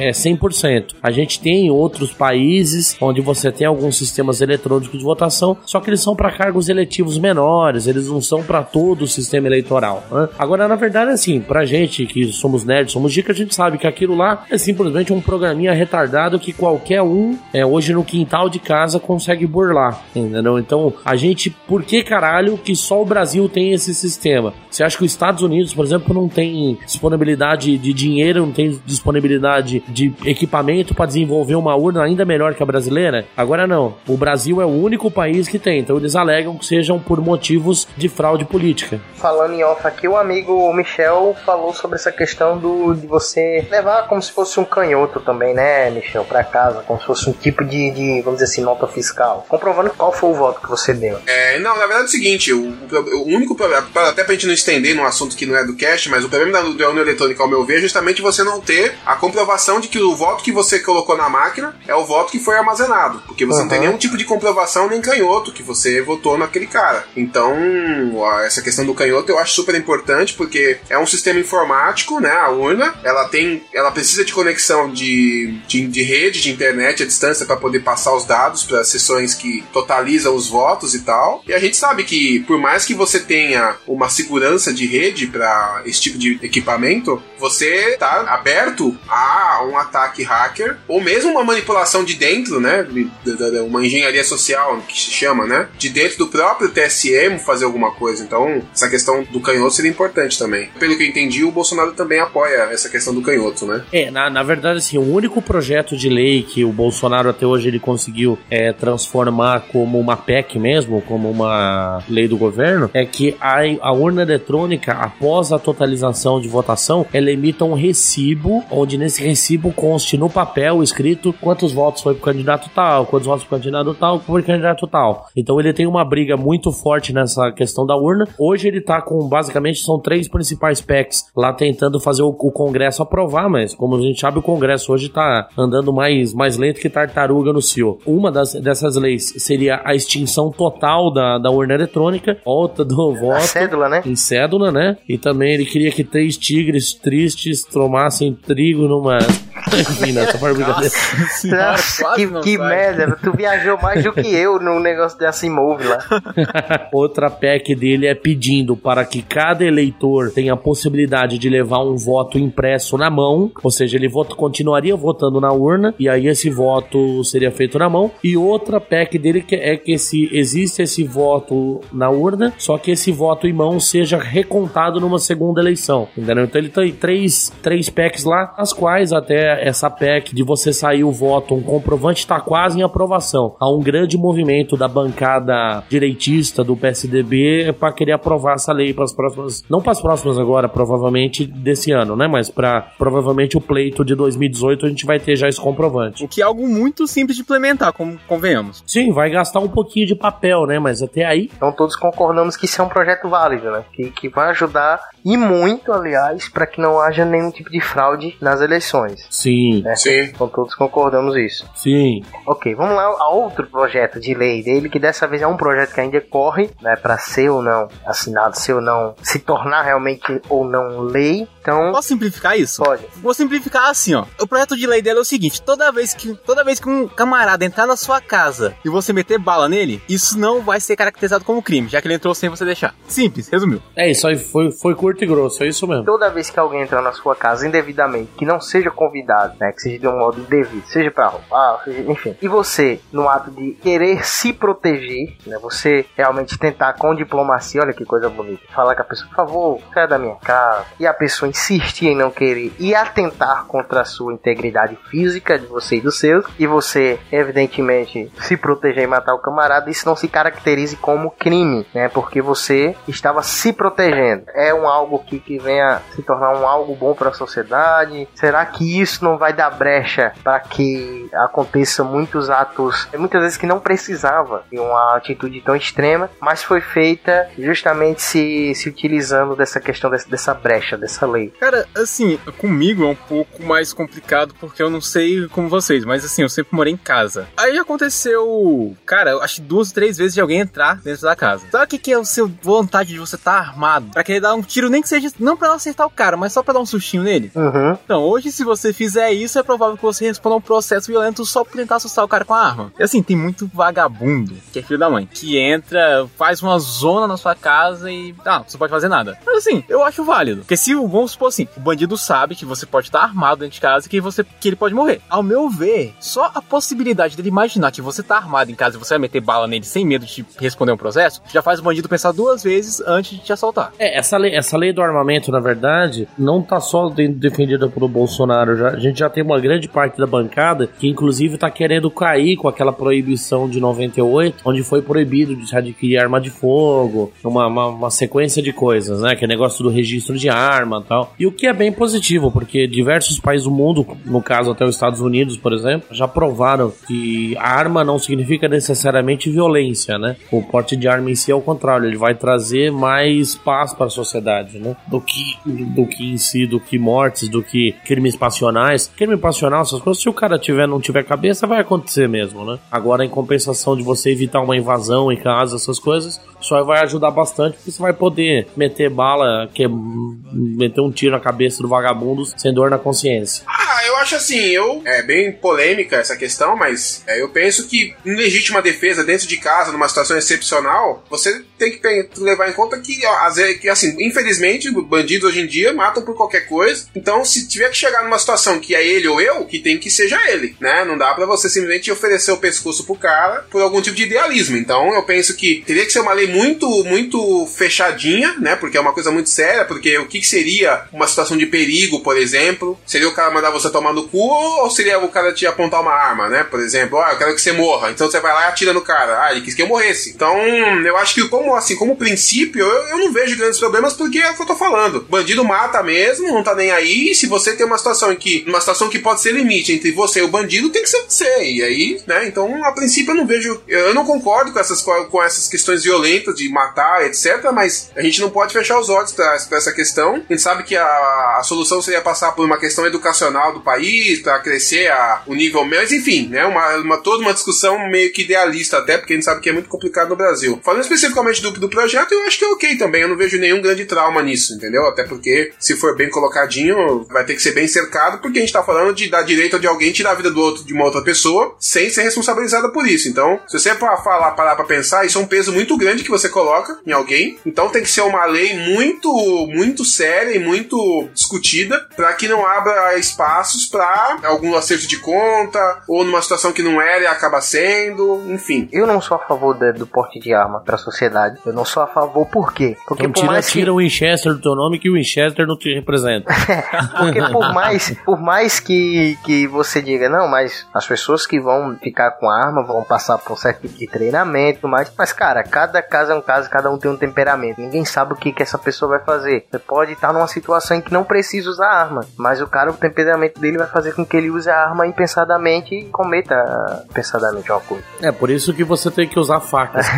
100%. A gente tem outros países onde você tem alguns sistemas eletrônicos de votação, só que eles são para cargos eletivos menores, eles não são para todo o sistema eleitoral, né? Agora, na verdade, assim, pra gente que somos nerds, somos geek, a gente sabe que aquilo lá é simplesmente um programinha retardado que qualquer um, hoje no quintal de casa, consegue burlar, entendeu? Então, a gente, por que caralho que só o Brasil tem esse sistema? Você acha que os Estados Unidos, por exemplo, não tem disponibilidade de dinheiro, não tem disponibilidade de equipamento para desenvolver uma urna ainda melhor que a brasileira? Agora não, o Brasil é o único país que tem, então eles alegam que sejam por motivos de fraude política. Falando em off aqui, o amigo Michel falou sobre essa questão de você levar como se fosse um canhoto também, né, Michel, pra casa, como se fosse um tipo de vamos dizer assim, nota fiscal, comprovando qual foi o voto que você deu. Não, na verdade é o seguinte, o único problema, até pra gente não estender num assunto que não é do cast, mas o problema da urna eletrônica, ao meu ver, é justamente você não ter a comprovação de que o voto que você colocou na máquina é o voto que foi armazenado, porque você não tem nenhum tipo de comprovação nem canhoto que você votou naquele cara. Então, essa questão do canhoto eu acho super importante, porque é um sistema informático, né, a urna, ela precisa de conexão de rede, de internet à distância para poder passar os dados para sessões que totalizam os votos e tal. E a gente sabe que por mais que você tenha uma segurança de rede para esse tipo de equipamento, você está aberto a um ataque hacker ou mesmo uma manipulação de dentro, né, uma engenharia social que se chama, né, de dentro do próprio TSE fazer alguma coisa. Então essa questão do canhoto seria importante também. Pelo que eu entendi, o Bolsonaro também apoia essa questão do canhoto, né? Na verdade, assim, o único projeto de lei que o Bolsonaro até hoje ele conseguiu transformar como uma PEC mesmo, como uma lei do governo, é que a urna eletrônica, após a totalização de votação, ela emita um recibo, onde nesse recibo conste no papel escrito quantos votos foi pro candidato tal, quantos votos pro candidato tal, pro candidato tal. Então ele tem uma briga muito forte nessa questão da urna. Hoje ele tá com, basicamente, são 3 principais PECs lá tentando fazer o Congresso aprovar, mas como a gente sabe, o Congresso hoje tá andando mais lento que tartaruga no cio. Uma dessas leis seria a extinção total da urna eletrônica, volta do voto. Cédula, né? Em cédula, né? E também ele queria que 3 tigres tristes tomassem trigo numa... Enfim, nessa brincadeira. Que merda, tu viajou mais do que eu no negócio de Asimov lá. Outra PEC dele é pedindo para que cada eleitor tenha a possibilidade de levar um voto impresso na mão, ou seja, ele continuaria votando na urna, e aí esse voto seria feito na mão. E outra PEC dele é que existe esse voto na urna, só que esse voto em mão seja recontado numa segunda eleição, entendeu? Então ele tem três PECs lá, as quais até essa PEC de você sair o voto, um comprovante, está quase em aprovação. Há um grande movimento da bancada direitista do PSDB para querer aprovar essa lei para as próximas, não para as próximas agora, provavelmente desse ano, né? Mas para provavelmente o pleito de 2018 a gente vai ter já esse comprovante. O que é algo muito simples de implementar, como convenhamos. Sim, vai gastar um pouquinho de papel, né? Mas até aí... Então todos concordamos que isso é um projeto válido, né? Que vai ajudar, e muito, aliás, para que não haja nenhum tipo de fraude nas eleições. Sim. Né? Sim. Então todos concordamos isso. Sim. Ok, vamos lá a outro projeto de lei dele, que dessa vez é um projeto que ainda corre, né? Para ser ou não assinado, ser ou não, se tornar realmente ou não lei. Então... Posso simplificar isso? Pode. Vou simplificar assim, ó. O projeto de lei dele é o seguinte: toda vez que um camarada entrar na sua casa e você meter bala nele, isso não vai ser caracterizado como crime, já que ele entrou sem você deixar. Simples, resumiu. É isso aí, foi curto e grosso, é isso mesmo. Toda vez que alguém entrar na sua casa indevidamente, que não seja convidado, né, que seja de um modo indevido, seja pra roubar, seja, enfim, e você, no ato de querer se proteger, né, você realmente tentar com diplomacia, olha que coisa bonita, falar com a pessoa, por favor, saia da minha casa, e a pessoa insistir em não querer e atentar contra a sua integridade física de você e dos seus, e você, evidentemente, se proteger e matar o camarada, isso não se caracterize como crime, né, porque você estava se protegendo. É algo que venha se tornar um algo bom para a sociedade? Será que isso não vai dar brecha para que aconteça muitos atos, muitas vezes que não precisava de uma atitude tão extrema, mas foi feita justamente se utilizando dessa questão, dessa brecha, dessa lei? Cara, assim, comigo é um pouco mais complicado porque eu não sei como vocês, mas assim, eu sempre morei em casa. Aí aconteceu, cara, eu acho 2 ou 3 vezes de alguém entrar dentro da casa. Sabe o que é o seu vontade de você estar armado pra querer dar um tiro, nem que seja, não pra acertar o cara, mas só pra dar um sustinho nele? Uhum. Então, hoje, se você fizer isso, é provável que você responda a um processo violento só por tentar assustar o cara com a arma. E assim, tem muito vagabundo, que é filho da mãe, que entra, faz uma zona na sua casa e, você pode fazer nada. Mas assim, eu acho válido. Porque se, vamos supor assim, o bandido sabe que você pode estar armado dentro de casa e que ele pode morrer. Ao meu ver, só a possibilidade dele imaginar que você tá armado em casa e você vai meter bala nele sem medo de responder um processo, já faz o bandido pensar 2 vezes antes de te assaltar. Essa lei do armamento, na verdade, não tá só defendida pelo Bolsonaro. A gente já tem uma grande parte da bancada que, inclusive, tá querendo cair com aquela proibição de 98, onde foi proibido de se adquirir arma de fogo, uma sequência de coisas, né? Que é negócio do registro de arma e tal. E o que é bem positivo, porque diversos países do mundo, no caso até os Estados Unidos, por exemplo, já provaram que a arma não significa necessariamente violência, né? O porte de arma em si é o contrário, ele vai trazer mais paz para a sociedade, né? Do que em si, do que mortes, do que crimes passionais. Crime passional, essas coisas, se o cara não tiver cabeça, vai acontecer mesmo, né? Agora, em compensação de você evitar uma invasão em casa, essas coisas, só vai ajudar bastante, porque você vai poder meter bala, meter um tiro na cabeça do vagabundo sem dor na consciência. acho assim, é bem polêmica essa questão, mas eu penso que em legítima defesa dentro de casa, numa situação excepcional, você tem que levar em conta que assim, infelizmente, bandidos hoje em dia matam por qualquer coisa. Então, se tiver que chegar numa situação que é ele ou eu, que tem que seja ele, né? Não dá pra você simplesmente oferecer o pescoço pro cara por algum tipo de idealismo. Então, eu penso que teria que ser uma lei muito, muito fechadinha, né? Porque é uma coisa muito séria, porque o que seria uma situação de perigo, por exemplo? Seria o cara mandar você tomar no cu ou seria o cara te apontar uma arma, né? Por exemplo, eu quero que você morra. Então, você vai lá e atira no cara. Ele quis que eu morresse. Então, eu acho que como princípio, eu não vejo grandes problemas porque é o que eu tô falando. Bandido mata mesmo, não tá nem aí. E se você tem uma situação que pode ser limite entre você e o bandido, tem que ser você. E aí, né? Então, a princípio, eu não concordo com essas questões violentas de matar, etc. Mas a gente não pode fechar os olhos pra essa questão. A gente sabe que a solução seria passar por uma questão educacional do país, pra crescer o nível médio. Mas, enfim, né? Toda uma discussão meio que idealista até, porque a gente sabe que é muito complicado no Brasil. Falando especificamente do projeto, eu acho que é ok também. Eu não vejo nenhum grande trauma nisso, entendeu? Até porque, se for bem colocadinho, vai ter que ser bem cercado, porque a gente tá falando de dar direito de alguém tirar a vida de uma outra pessoa sem ser responsabilizada por isso. Então, se você parar pra pensar, isso é um peso muito grande que você coloca em alguém. Então, tem que ser uma lei muito, muito séria e muito discutida pra que não abra espaços pra algum acerto de conta ou numa situação que não era e acaba sendo, enfim. Eu não sou a favor do porte de arma pra sociedade. Eu não sou a favor, por quê? Porque então tira o Winchester do teu nome, que o Winchester não te representa. Porque por mais que você diga, não, mas as pessoas que vão ficar com arma vão passar por um certo tipo de treinamento e tudo mais. Mas, cara, cada caso é um caso, cada um tem um temperamento. Ninguém sabe o que essa pessoa vai fazer. Você pode estar numa situação em que não precisa usar arma, mas o temperamento dele vai fazer com que ele use a arma impensadamente e cometa pensadamente uma coisa. É por isso que você tem que usar facas.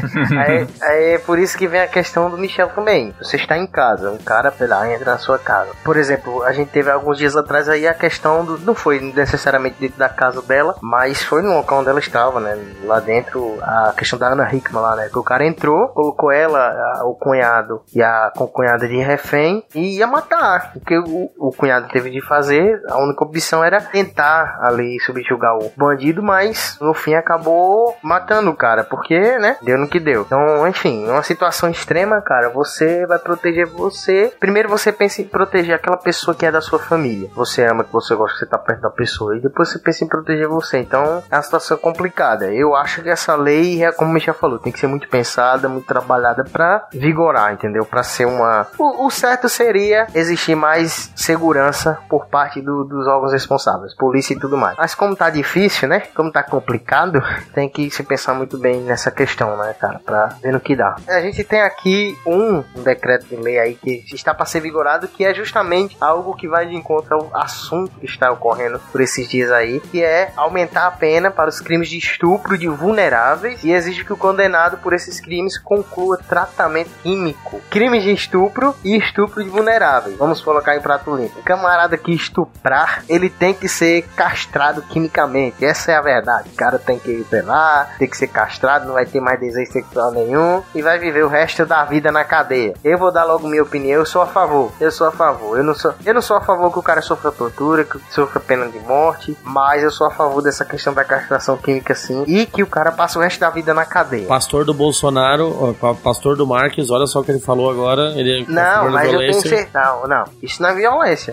É por isso que vem a questão do Michel também. Você está em casa, um cara entra na sua casa. Por exemplo, a gente teve alguns dias atrás aí a questão não foi necessariamente dentro da casa dela, mas foi no local onde ela estava, né? Lá dentro, a questão da Ana Hickman lá, né? Que o cara entrou, colocou ela, o cunhado e a concunhada de refém e ia matar. O que o cunhado teve de fazer, a única opção era tentar ali subjugar o bandido, mas no fim acabou matando o cara, porque, né? Deu no que deu. Então, enfim, uma situação extrema, cara, você vai proteger você. Primeiro você pensa em proteger aquela pessoa que é da sua família. Você ama, que você gosta, que você tá perto da pessoa. E depois você pensa em proteger você. Então, é uma situação complicada. Eu acho que essa lei, como o Michel falou, tem que ser muito pensada, muito trabalhada pra vigorar, entendeu? Pra ser uma... O certo seria existir mais segurança por parte dos órgãos responsáveis, polícia e tudo mais. Mas como tá difícil, né? Como tá complicado, tem que se pensar muito bem nessa questão, né, cara? Pra ver no que dá. A gente tem aqui um decreto de lei aí que está para ser vigorado, que é justamente algo que vai de encontro ao assunto que está ocorrendo por esses dias aí, que é aumentar a pena para os crimes de estupro de vulneráveis e exige que o condenado por esses crimes conclua tratamento químico. Crimes de estupro e estupro de vulneráveis. Vamos colocar em prato limpo. O camarada que estuprar, ele tem que ser castrado quimicamente. Essa é a verdade. O cara tem que ir lá, tem que ser castrado, não vai ter mais desejo sexual nenhum e vai viver o resto da vida na cadeia. Eu vou dar logo minha opinião, eu sou a favor. Eu não sou a favor que o cara sofra tortura, que sofra pena de morte, mas eu sou a favor dessa questão da castração química sim, e que o cara passe o resto da vida na cadeia. Pastor do Bolsonaro, pastor do Marques, olha só o que ele falou agora, ele não, mas eu tenho certeza. Não, isso não é violência.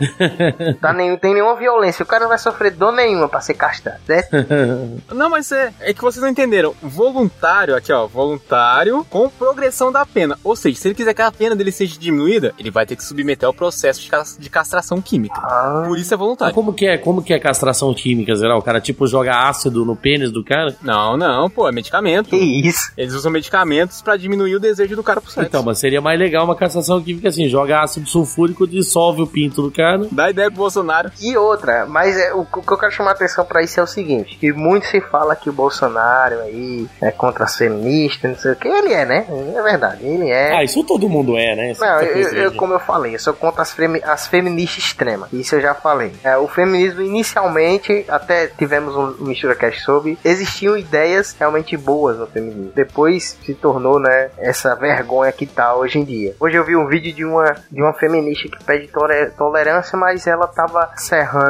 Não tem nenhuma violência, o cara não vai sofrer dor nenhuma pra ser castrado, certo? Não, mas é que vocês não entenderam. Voluntário, aqui ó, voluntário com progressão da pena. Ou seja, se ele quiser que a pena dele seja diminuída, ele vai ter que submeter ao processo de castração química. Por isso é voluntário. Mas como que é castração química, Zé? O cara tipo joga ácido no pênis do cara? Não, pô, é medicamento. Que isso? Eles usam medicamentos pra diminuir o desejo do cara pro sexo. Então, mas seria mais legal uma castração química assim, joga ácido sulfúrico, dissolve o pinto do cara. Dá ideia pro Bolsonaro. E outra, mas o que eu quero chamar a atenção pra isso é o seguinte, que muito se fala que o Bolsonaro aí é contra as feministas, não sei o que, ele é, né? É verdade, ele é. Isso todo mundo é, né? Não, como eu falei, eu sou contra as feministas extremas, isso eu já falei. O feminismo inicialmente, até tivemos um MisturaCast sobre, existiam ideias realmente boas no feminismo. Depois se tornou, né, essa vergonha que tá hoje em dia. Hoje eu vi um vídeo de uma feminista que pede tolerância, mas ela tava serrando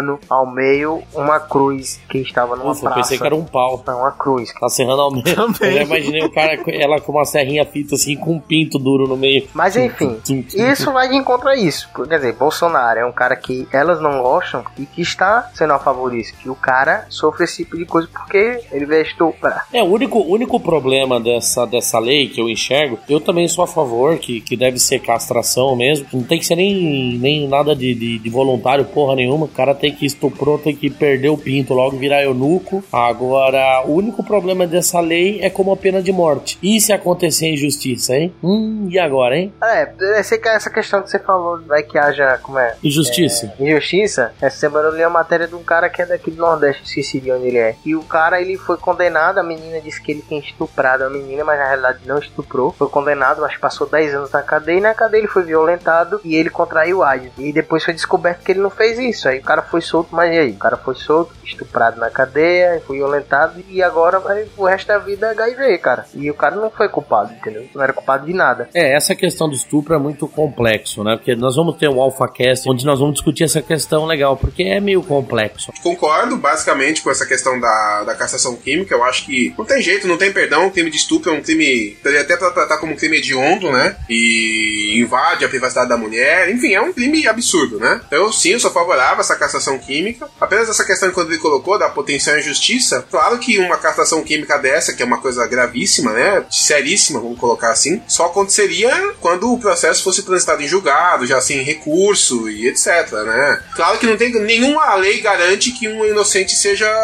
serrando ao meio uma cruz que estava numa praça. Eu pensei que era um pau. Não, uma cruz. Tá serrando ao meio. Eu já imaginei o cara, ela com uma serrinha fita assim, com um pinto duro no meio. Mas enfim, isso vai de encontro a isso. Quer dizer, Bolsonaro é um cara que elas não gostam e que está sendo a favor disso. Que o cara sofre esse tipo de coisa porque ele vai estuprar. O único problema dessa lei que eu enxergo, eu também sou a favor que deve ser castração mesmo. Não tem que ser nem nada de voluntário, porra nenhuma. O cara tem que estuprou, tem que perder o pinto logo, virar eunuco. Agora, o único problema dessa lei é como a pena de morte. E se acontecer injustiça, hein? E agora, hein? Essa questão que você falou, vai que haja, como é? Injustiça. Injustiça. Essa semana eu li a matéria de um cara que é daqui do Nordeste, esqueci de onde ele é. E o cara, ele foi condenado, a menina disse que ele tinha estuprado a menina, mas na realidade não estuprou. Foi condenado, acho que passou 10 anos na cadeia, e na cadeia ele foi violentado e ele contraiu AIDS. E depois foi descoberto que ele não fez isso. Aí o cara foi solto, mas e aí? O cara foi solto, estuprado na cadeia, foi violentado e agora o resto da vida é HIV, cara. E o cara não foi culpado, entendeu? Não era culpado de nada. Essa questão do estupro é muito complexo, né? Porque nós vamos ter um AlphaCast onde nós vamos discutir essa questão legal, porque é meio complexo. Concordo basicamente com essa questão da castração química. Eu acho que não tem jeito, não tem perdão. O crime de estupro é um crime, até pra tratar como um crime hediondo, né? E invade a privacidade da mulher. Enfim, é um crime absurdo, né? Então, sim, eu sou favorável a essa castração química. Apenas essa questão que ele colocou da potencial injustiça, claro que uma castração química dessa, que é uma coisa gravíssima, né? Seríssima, vamos colocar assim, só aconteceria quando o processo fosse transitado em julgado, já assim, em recurso e etc, né? Claro que não tem nenhuma lei garante que um inocente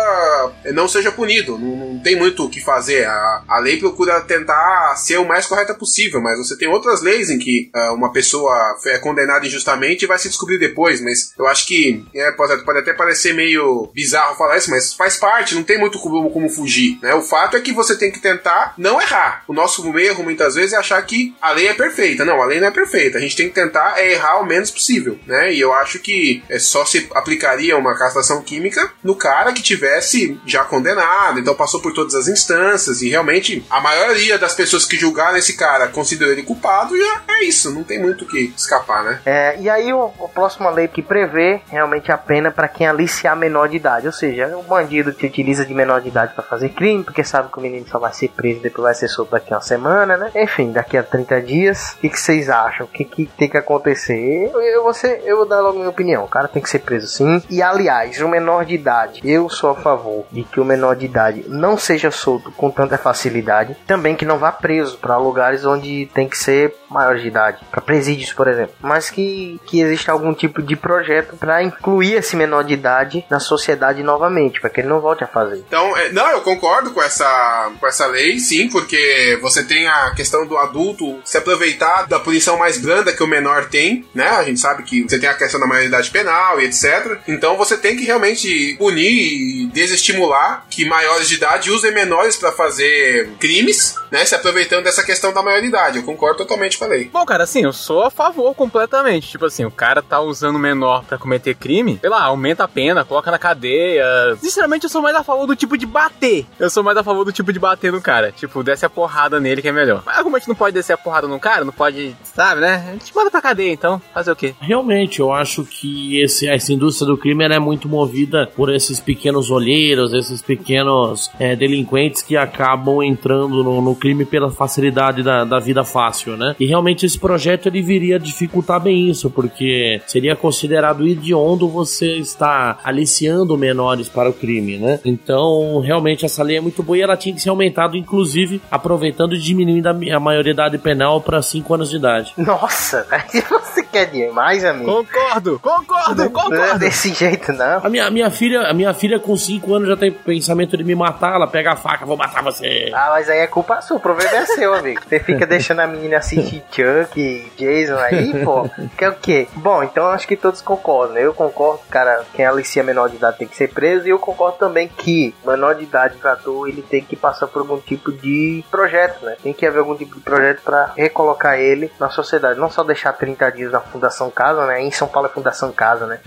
não seja punido. Não tem muito o que fazer. A lei procura tentar ser o mais correta possível, mas você tem outras leis em que uma pessoa é condenada injustamente e vai se descobrir depois, mas eu acho que pode até parecer meio bizarro falar isso, mas faz parte, não tem muito como fugir, né? O fato é que você tem que tentar não errar. O nosso erro muitas vezes é achar que a lei é perfeita. Não, a lei não é perfeita. A gente tem que tentar errar o menos possível, né? E eu acho que só se aplicaria uma castração química no cara que tivesse já condenado, então passou por todas as instâncias e realmente a maioria das pessoas que julgaram esse cara considerou ele culpado, já é isso, não tem muito o que escapar, né? E aí a próxima lei que prevê realmente a pena para quem aliciar menor de idade, ou seja, o bandido que utiliza de menor de idade para fazer crime, porque sabe que o menino só vai ser preso e depois vai ser solto daqui a uma semana, né? Enfim, daqui a 30 dias, o que vocês acham? O que tem que acontecer? Eu vou dar logo minha opinião, o cara tem que ser preso sim, e aliás, o menor de idade, eu sou a favor de que o menor de idade não seja solto com tanta facilidade, também que não vá preso para lugares onde tem que ser maior de idade, para presídios, por exemplo, mas que exista algum tipo de projeto para incluir esse menor de idade na sociedade novamente, para que ele não volte a fazer. Então, eu concordo com essa lei, sim, porque você tem a questão do adulto se aproveitar da punição mais branda que o menor tem, né? A gente sabe que você tem a questão da maioridade penal e etc. Então você tem que realmente punir e desestimular que maiores de idade usem menores para fazer crimes, né? Se aproveitando dessa questão da maioridade. Eu concordo totalmente com a lei. Bom, cara, assim, eu sou a favor completamente. Tipo assim, o cara tá usando menor pra cometer crime, sei lá, aumenta a pena, coloca na cadeia. Sinceramente, eu sou mais a favor do tipo de bater. Eu sou mais a favor do tipo de bater no cara. Tipo, desce a porrada nele que é melhor. Mas como a gente não pode descer a porrada no cara, não pode, sabe, né? A gente manda pra cadeia, então. Fazer o quê? Realmente, eu acho que essa indústria do crime ela é muito movida por esses pequenos olheiros, esses pequenos delinquentes que acabam entrando no crime pela facilidade da vida fácil, né? E realmente esse projeto ele viria dificultar bem isso, porque seria considerado hediondo você estar aliciando menores para o crime, né? Então, realmente essa lei é muito boa e ela tinha que ser aumentada, inclusive aproveitando e diminuindo a maioridade penal para 5 anos de idade. Nossa, você quer demais, amigo? Concordo. Não é desse jeito, não. A minha filha com 5 anos já tem pensamento de me matar, ela pega a faca, vou matar você. Mas aí é culpa sua, o problema é seu, amigo. Você fica deixando a menina assistir Chuck, Jason aí, pô. Que é o quê? Bom, então acho que todos concordam, né? Eu concordo, cara, quem alicia menor de idade tem que ser preso, e eu concordo também que menor de idade infrator, ele tem que passar por algum tipo de projeto, né? Tem que haver algum tipo de projeto pra recolocar ele na sociedade, não só deixar 30 dias na Fundação Casa, né? Em São Paulo é Fundação Casa, né?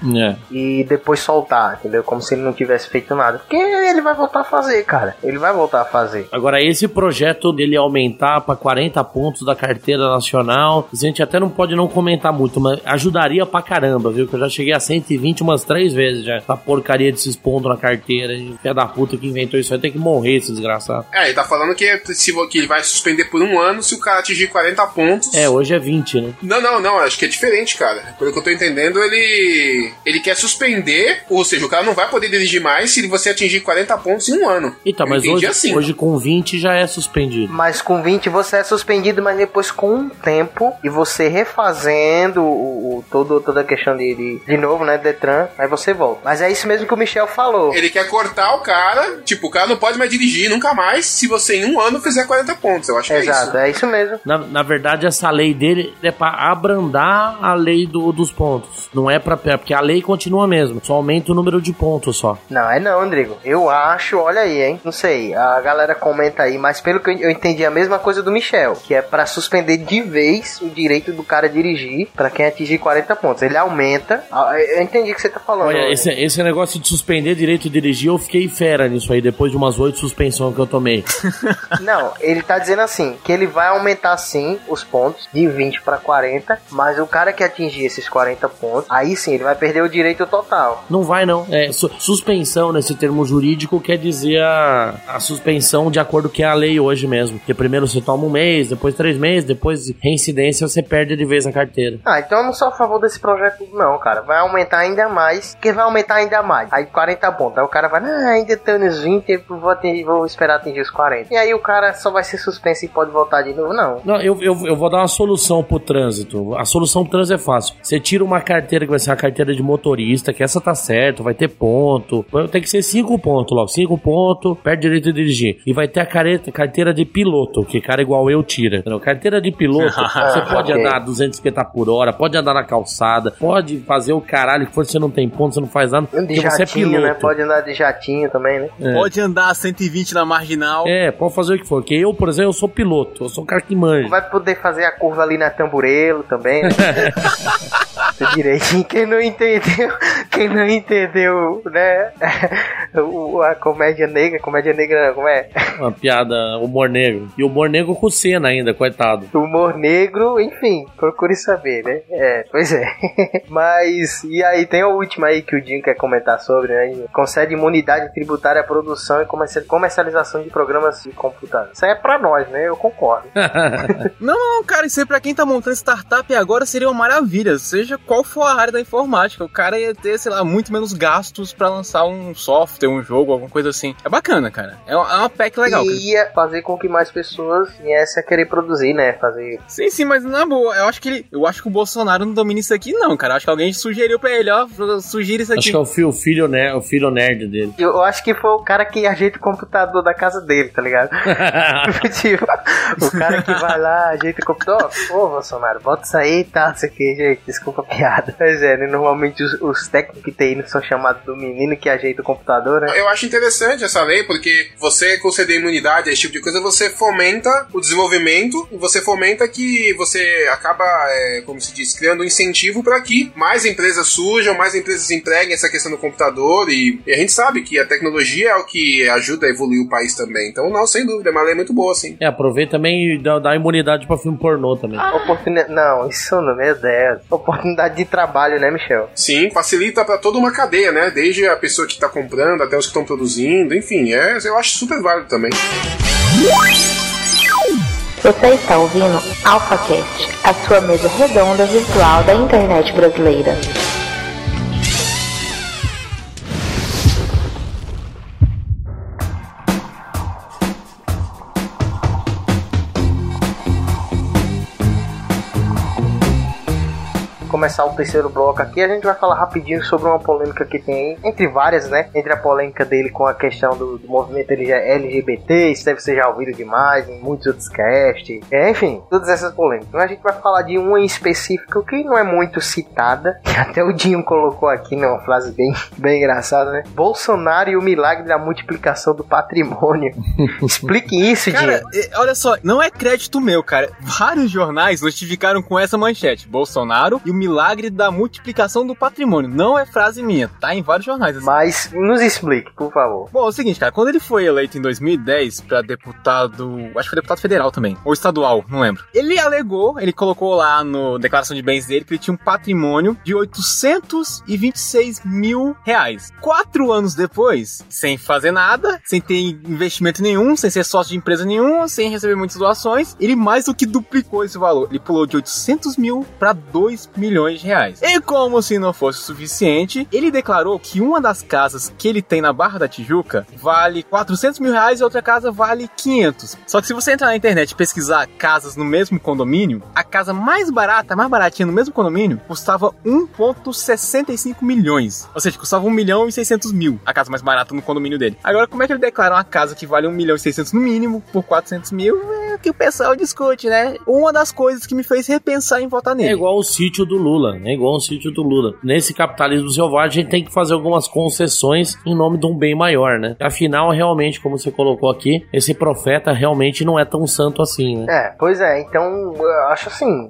E depois soltar, entendeu? Como se ele não tivesse feito nada. Porque ele vai voltar a fazer, cara. Ele vai voltar a fazer. Agora, esse projeto dele aumentar pra 40 pontos da carteira nacional, a gente até não pode não comentar muito, mas ajudaria pra caramba, viu? Que eu já cheguei a 120 umas 3 vezes já. Essa porcaria desses pontos na carteira. Filha da puta que inventou isso aí tem que morrer, esse desgraçado. Ele tá falando que ele vai suspender por 1 ano se o cara atingir 40 pontos. Hoje é 20, né? Não, acho que é diferente, cara. Pelo que eu tô entendendo, ele quer suspender, ou seja, o cara não vai poder dirigir mais se você atingir 40 pontos em 1 ano. Então, mas hoje com 20 já é suspendido. Mas com 20 você é suspendido, mas depois com um tempo, e você refazendo toda a questão de novo, né, Detran, aí você volta. Mas é isso mesmo que o Michel falou. Ele quer cortar o cara, tipo, o cara não pode mais dirigir nunca mais se você em 1 ano fizer 40 pontos, eu acho que Exato, é isso mesmo. Na verdade, essa lei dele é pra abrandar a lei dos pontos. Não é porque a lei continua mesmo, só aumenta o número de pontos só. Não, Rodrigo. Eu acho, olha aí, hein, não sei, a galera comenta aí, mas pelo que eu entendi a mesma coisa do Michel, que é pra suspender de vez o direito do cara dirigir pra quem atingir 40 pontos. Ele aumenta, eu entendi o que você tá falando. Olha, esse negócio de suspender direito de dirigir, eu fiquei fera nisso aí, depois de umas 8 suspensões que eu tomei. Não, ele tá dizendo assim, que ele vai aumentar sim os pontos de 20 pra 40, mas o cara que atingir esses 40 pontos, aí sim, ele vai perder o direito total. Não vai não, suspensão nesse termo jurídico quer dizer a suspensão de acordo com a lei hoje mesmo, que primeiro você toma 1 mês, depois 3 meses, depois reincidência você perde de vez a carteira. Então eu não sou a favor desse projeto não, cara, vai aumentar ainda mais, porque vai aumentar ainda mais, aí 40 pontos, aí o cara vai, ainda tô nos 20, eu vou esperar atingir os 40, e aí o cara só vai ser suspenso e pode voltar de novo, não. Não, eu vou dar uma solução pro trânsito. A solução pro trânsito é fácil. Você tira uma carteira que vai ser uma carteira de motorista, que essa tá certo, vai ter ponto. Tem que ser 5 pontos logo. 5 pontos, perde direito de dirigir. E vai ter a carteira de piloto, que cara igual eu tira. Entendeu? Carteira de piloto, você pode andar a 250 por hora, pode andar na calçada, pode fazer o caralho que for, você não tem ponto, você não faz nada. De jatinho, você é piloto. Né? Pode andar de jatinho também, né? Pode andar a 120 na marginal. Pode fazer o que for. Porque eu, por exemplo, eu sou piloto, eu sou um cara que manja. Vai poder fazer a curva ali na Tamburelo também, né? Direitinho. Quem não entendeu, né? A comédia negra, como é? Uma piada, humor negro. E humor negro com cena ainda, coitado. Humor negro, enfim, procure saber, né? Pois é. Mas, e aí, tem a última aí que o Dinho quer comentar sobre, né? Concede imunidade tributária à produção e comercialização de programas de computador. Isso aí é pra nós, né? Eu concordo. Não, cara, isso aí pra quem tá montando startup agora seria uma maravilha, seja qual for a área da informática, o cara ia ter, sei lá, muito menos gastos pra lançar um software, um jogo, alguma coisa assim. É bacana, cara, é uma pack legal. E ia fazer com que mais pessoas viessem a querer produzir, né, Sim, mas na boa, eu acho que o Bolsonaro não domina isso aqui não, cara, acho que alguém sugeriu pra ele, sugira isso aqui. Acho que é o filho nerd dele. Eu acho que foi o cara que ajeita o computador da casa dele, tá ligado? Tipo, o cara que vai lá, ajeita o computador, Bolsonaro, bota isso aí e tal, não sei o que, gente, desculpa a piada. Mas né, normalmente os técnicos que tem não são chamados do menino que ajeita o computador, né? Eu acho interessante essa lei, porque você conceder imunidade a esse tipo de coisa, você fomenta o desenvolvimento, você fomenta que você acaba, como se diz, criando um incentivo para que mais empresas surjam, mais empresas empreguem essa questão do computador, e a gente sabe que a tecnologia é o que ajuda a evoluir o país também. Então, não, sem dúvida, é uma lei muito boa, sim. Aproveita também e dá imunidade pra filme pornô também. Não, isso não, meu Deus. Oportunidade de trabalho, né, Michel? Sim, facilita pra toda uma cadeia, né? Desde a pessoa que tá comprando até os que estão produzindo, enfim, eu acho super válido também. Você está ouvindo AlphaCast, a sua mesa redonda virtual da internet brasileira. Começar o terceiro bloco aqui, a gente vai falar rapidinho sobre uma polêmica que tem entre várias, né? Entre a polêmica dele com a questão do movimento LGBT, isso deve ser já ouvido demais em muitos outros casts, enfim, todas essas polêmicas. Então a gente vai falar de uma em específico que não é muito citada, que até o Dinho colocou aqui numa frase bem engraçada, né? Bolsonaro e o milagre da multiplicação do patrimônio. Explique isso, Dinho. Cara, olha só, não é crédito meu, cara. Vários jornais notificaram com essa manchete: Bolsonaro e o milagre milagre da multiplicação do patrimônio. Não é frase minha, tá em vários jornais. Assim. Mas nos explique, por favor. Bom, é o seguinte, cara, quando ele foi eleito em 2010 pra deputado, acho que foi deputado federal também, ou estadual, não lembro. Ele alegou, ele colocou lá no declaração de bens dele que ele tinha um patrimônio de 826 mil reais. 4 anos depois, sem fazer nada, sem ter investimento nenhum, sem ser sócio de empresa nenhuma, sem receber muitas doações, ele mais do que duplicou esse valor. Ele pulou de 800 mil para 2 milhões de reais. E como se não fosse o suficiente, ele declarou que uma das casas que ele tem na Barra da Tijuca vale 400 mil reais e outra casa vale 500. Só que se você entrar na internet e pesquisar casas no mesmo condomínio, a casa mais barata, mais baratinha no mesmo condomínio, custava 1,65 milhões. Ou seja, custava 1 milhão e 600 mil a casa mais barata no condomínio dele. Agora, como é que ele declara uma casa que vale 1 milhão e 600 no mínimo por 400 mil? É o que o pessoal discute, né? Uma das coisas que me fez repensar em votar nele. É igual o sítio do Lula, Nesse capitalismo selvagem, a gente tem que fazer algumas concessões em nome de um bem maior, né? Afinal, realmente, como você colocou aqui, esse profeta realmente não é tão santo assim, né? Pois é, então eu acho assim,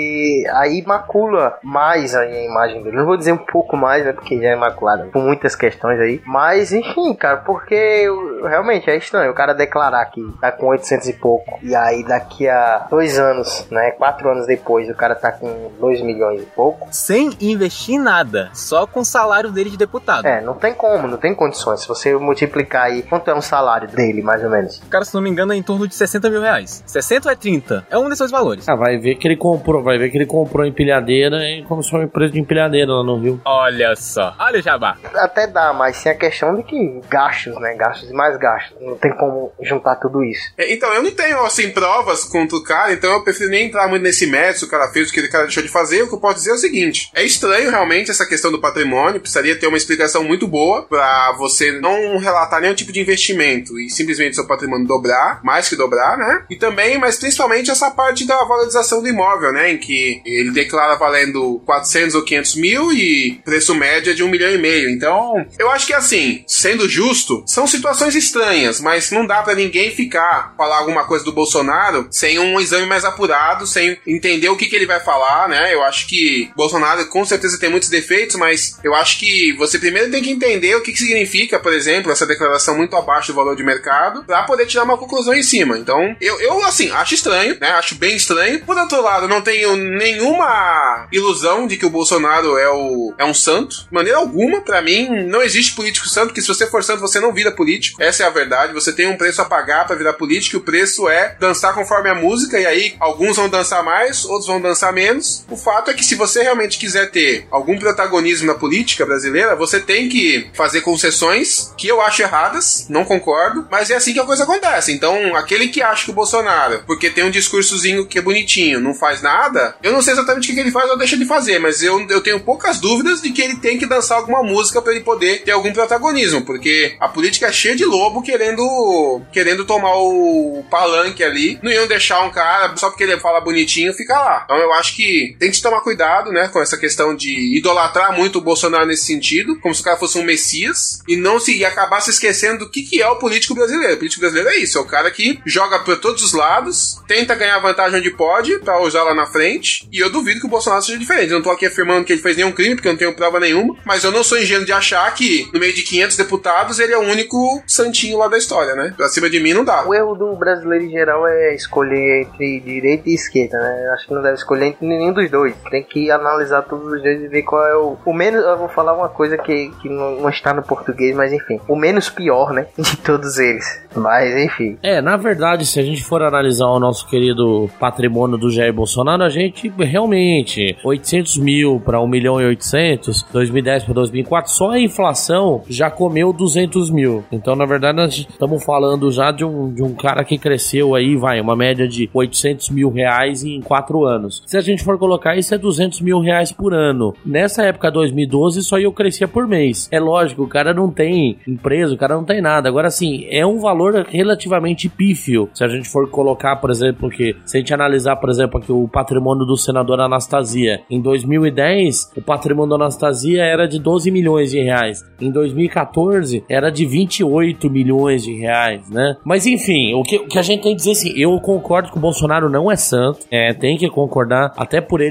e aí macula mais aí a imagem dele. Não vou dizer um pouco mais, né, porque já é maculada por muitas questões aí, mas enfim, cara, porque realmente é estranho o cara declarar que tá com 800 e pouco, e aí daqui a 2 anos, né, 4 anos depois, o cara tá com 2 milhões e pouco. Sem investir em nada, só com o salário dele de deputado. Não tem como, não tem condições. Se você multiplicar aí, quanto é um salário dele, mais ou menos? O cara, se não me engano, é em torno de 60 mil reais. 60 ou é 30? É um desses valores. Vai ver que ele comprou empilhadeira e começou uma empresa de empilhadeira lá no Rio. Olha só, olha o jabá. Até dá, mas tem a questão de que gastos, né? Gastos e mais gastos. Não tem como juntar tudo isso. Então, eu não tenho, assim, provas contra o cara, então eu prefiro nem entrar muito nesse mérito se o cara fez o que o cara deixou de fazer. O que eu posso dizer é o seguinte: é estranho realmente essa questão do patrimônio, precisaria ter uma explicação muito boa pra você não relatar nenhum tipo de investimento e simplesmente seu patrimônio dobrar, mais que dobrar, né? E também, mas principalmente essa parte da valorização do imóvel, né? Em que ele declara valendo 400 ou 500 mil e preço médio é de 1,5 milhão. Então, eu acho que assim, sendo justo, são situações estranhas, mas não dá pra ninguém falar alguma coisa do Bolsonaro sem um exame mais apurado, sem entender o que ele vai falar, né? Eu acho que Bolsonaro com certeza tem muitos defeitos, mas eu acho que você primeiro tem que entender o que significa, por exemplo, essa declaração muito abaixo do valor de mercado, pra poder tirar uma conclusão em cima. Então, eu assim, acho estranho, né? Acho bem estranho. Por outro lado, não tenho nenhuma ilusão de que o Bolsonaro é um santo. De maneira alguma, pra mim, não existe político santo, porque se você for santo, você não vira político. Essa é a verdade. Você tem um preço a pagar pra virar político, e o preço é dançar conforme a música, e aí alguns vão dançar mais, outros vão dançar menos. O fato é que se você realmente quiser ter algum protagonismo na política brasileira, você tem que fazer concessões que eu acho erradas, não concordo, mas é assim que a coisa acontece. Então, aquele que acha que o Bolsonaro, porque tem um discursozinho que é bonitinho, não faz nada, eu não sei exatamente o que ele faz ou deixa de fazer, mas eu tenho poucas dúvidas de que ele tem que dançar alguma música pra ele poder ter algum protagonismo, porque a política é cheia de lobo querendo tomar o palanque ali. Não iam deixar um cara, só porque ele fala bonitinho, ficar lá. Então eu acho que tem que tomar cuidado, né, com essa questão de idolatrar muito o Bolsonaro nesse sentido, como se o cara fosse um messias, e acabar se esquecendo do que é o político brasileiro. O político brasileiro é isso, é o cara que joga por todos os lados, tenta ganhar vantagem onde pode, pra usar lá na frente, e eu duvido que o Bolsonaro seja diferente. Eu não tô aqui afirmando que ele fez nenhum crime, porque eu não tenho prova nenhuma, mas eu não sou ingênuo de achar que, no meio de 500 deputados, ele é o único santinho lá da história, né? Acima de mim não dá. O erro do brasileiro em geral é escolher entre direita e esquerda, né? Eu acho que não deve escolher entre nenhum dos dois. Tem que analisar todos os dois e ver qual é o menos... Eu vou falar uma coisa que não está no português, mas enfim. O menos pior, né? De todos eles. Mas enfim. Na verdade, se a gente for analisar o nosso querido patrimônio do Jair Bolsonaro, a gente realmente 800 mil para 1 milhão e 800, 2010 para 2004, só a inflação já comeu 200 mil. Então, na verdade, nós estamos falando já de um cara que cresceu aí, uma média de 800 mil reais em 4 anos. Se a gente for colocar isso, é 200 mil reais por ano. Nessa época, 2012, isso aí eu crescia por mês. É lógico, o cara não tem empresa, o cara não tem nada. Agora, assim, é um valor relativamente pífio. Se a gente for colocar, por exemplo, que se a gente analisar, por exemplo, aqui o patrimônio do senador Anastasia. Em 2010, o patrimônio da Anastasia era de 12 milhões de reais. Em 2014, era de 28 milhões de reais, né? Mas, enfim, o que a gente tem que dizer, assim, eu concordo que o Bolsonaro não é santo. Tem que concordar, até por ele estar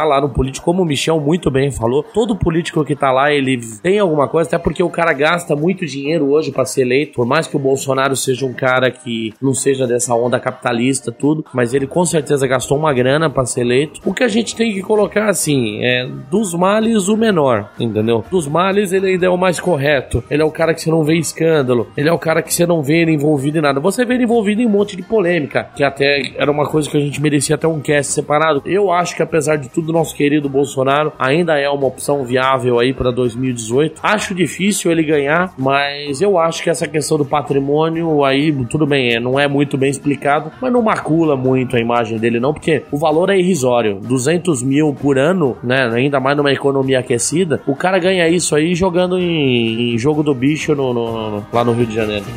lá no político, como o Michel muito bem falou, todo político que tá lá, ele tem alguma coisa, até porque o cara gasta muito dinheiro hoje pra ser eleito, por mais que o Bolsonaro seja um cara que não seja dessa onda capitalista, tudo, mas ele com certeza gastou uma grana pra ser eleito. O que a gente tem que colocar assim, dos males o menor, entendeu? Dos males ele ainda é o mais correto, ele é o cara que você não vê escândalo, ele é o cara que você não vê ele envolvido em nada, você vê ele envolvido em um monte de polêmica, que até era uma coisa que a gente merecia até um cast separado. Eu acho que apesar de tudo, nosso querido Bolsonaro ainda é uma opção viável aí pra 2018. Acho difícil ele ganhar, mas eu acho que essa questão do patrimônio aí, tudo bem, não é muito bem explicado, mas não macula muito a imagem dele não, porque o valor é irrisório, 200 mil por ano, né, ainda mais numa economia aquecida, o cara ganha isso aí jogando em jogo do bicho lá no Rio de Janeiro.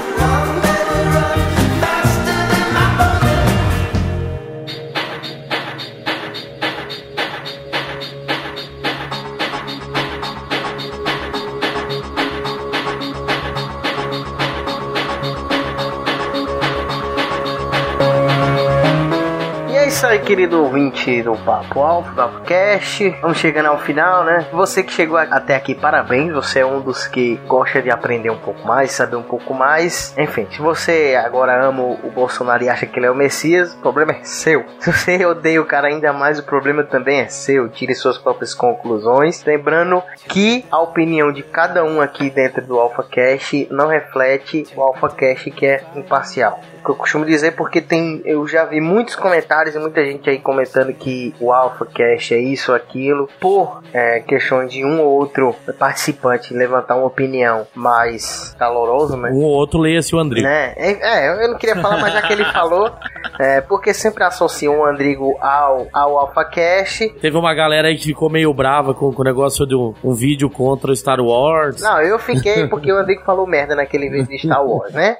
Isso aí, querido ouvinte do Papo Alfa, do PapoCast. Vamos chegando ao final, né? Você que chegou até aqui, parabéns. Você é um dos que gosta de aprender um pouco mais, saber um pouco mais. Enfim, se você agora ama o Bolsonaro e acha que ele é o Messias, o problema é seu. Se você odeia o cara ainda mais, o problema também é seu. Tire suas próprias conclusões. Lembrando que a opinião de cada um aqui dentro do AlphaCast não reflete o AlphaCast, que é imparcial. O que eu costumo dizer, porque eu já vi muitos comentários e muita gente aí comentando que o AlphaCast é isso, aquilo, por questões de um ou outro participante levantar uma opinião mais calorosa, né? Um ou outro leia-se o Andrigo. Né? Eu não queria falar, mas já que ele falou, porque sempre associam o Andrigo ao AlphaCast. Teve uma galera aí que ficou meio brava com o negócio de um vídeo contra o Star Wars. Não, eu fiquei porque o Andrigo falou merda naquele vídeo de Star Wars, né?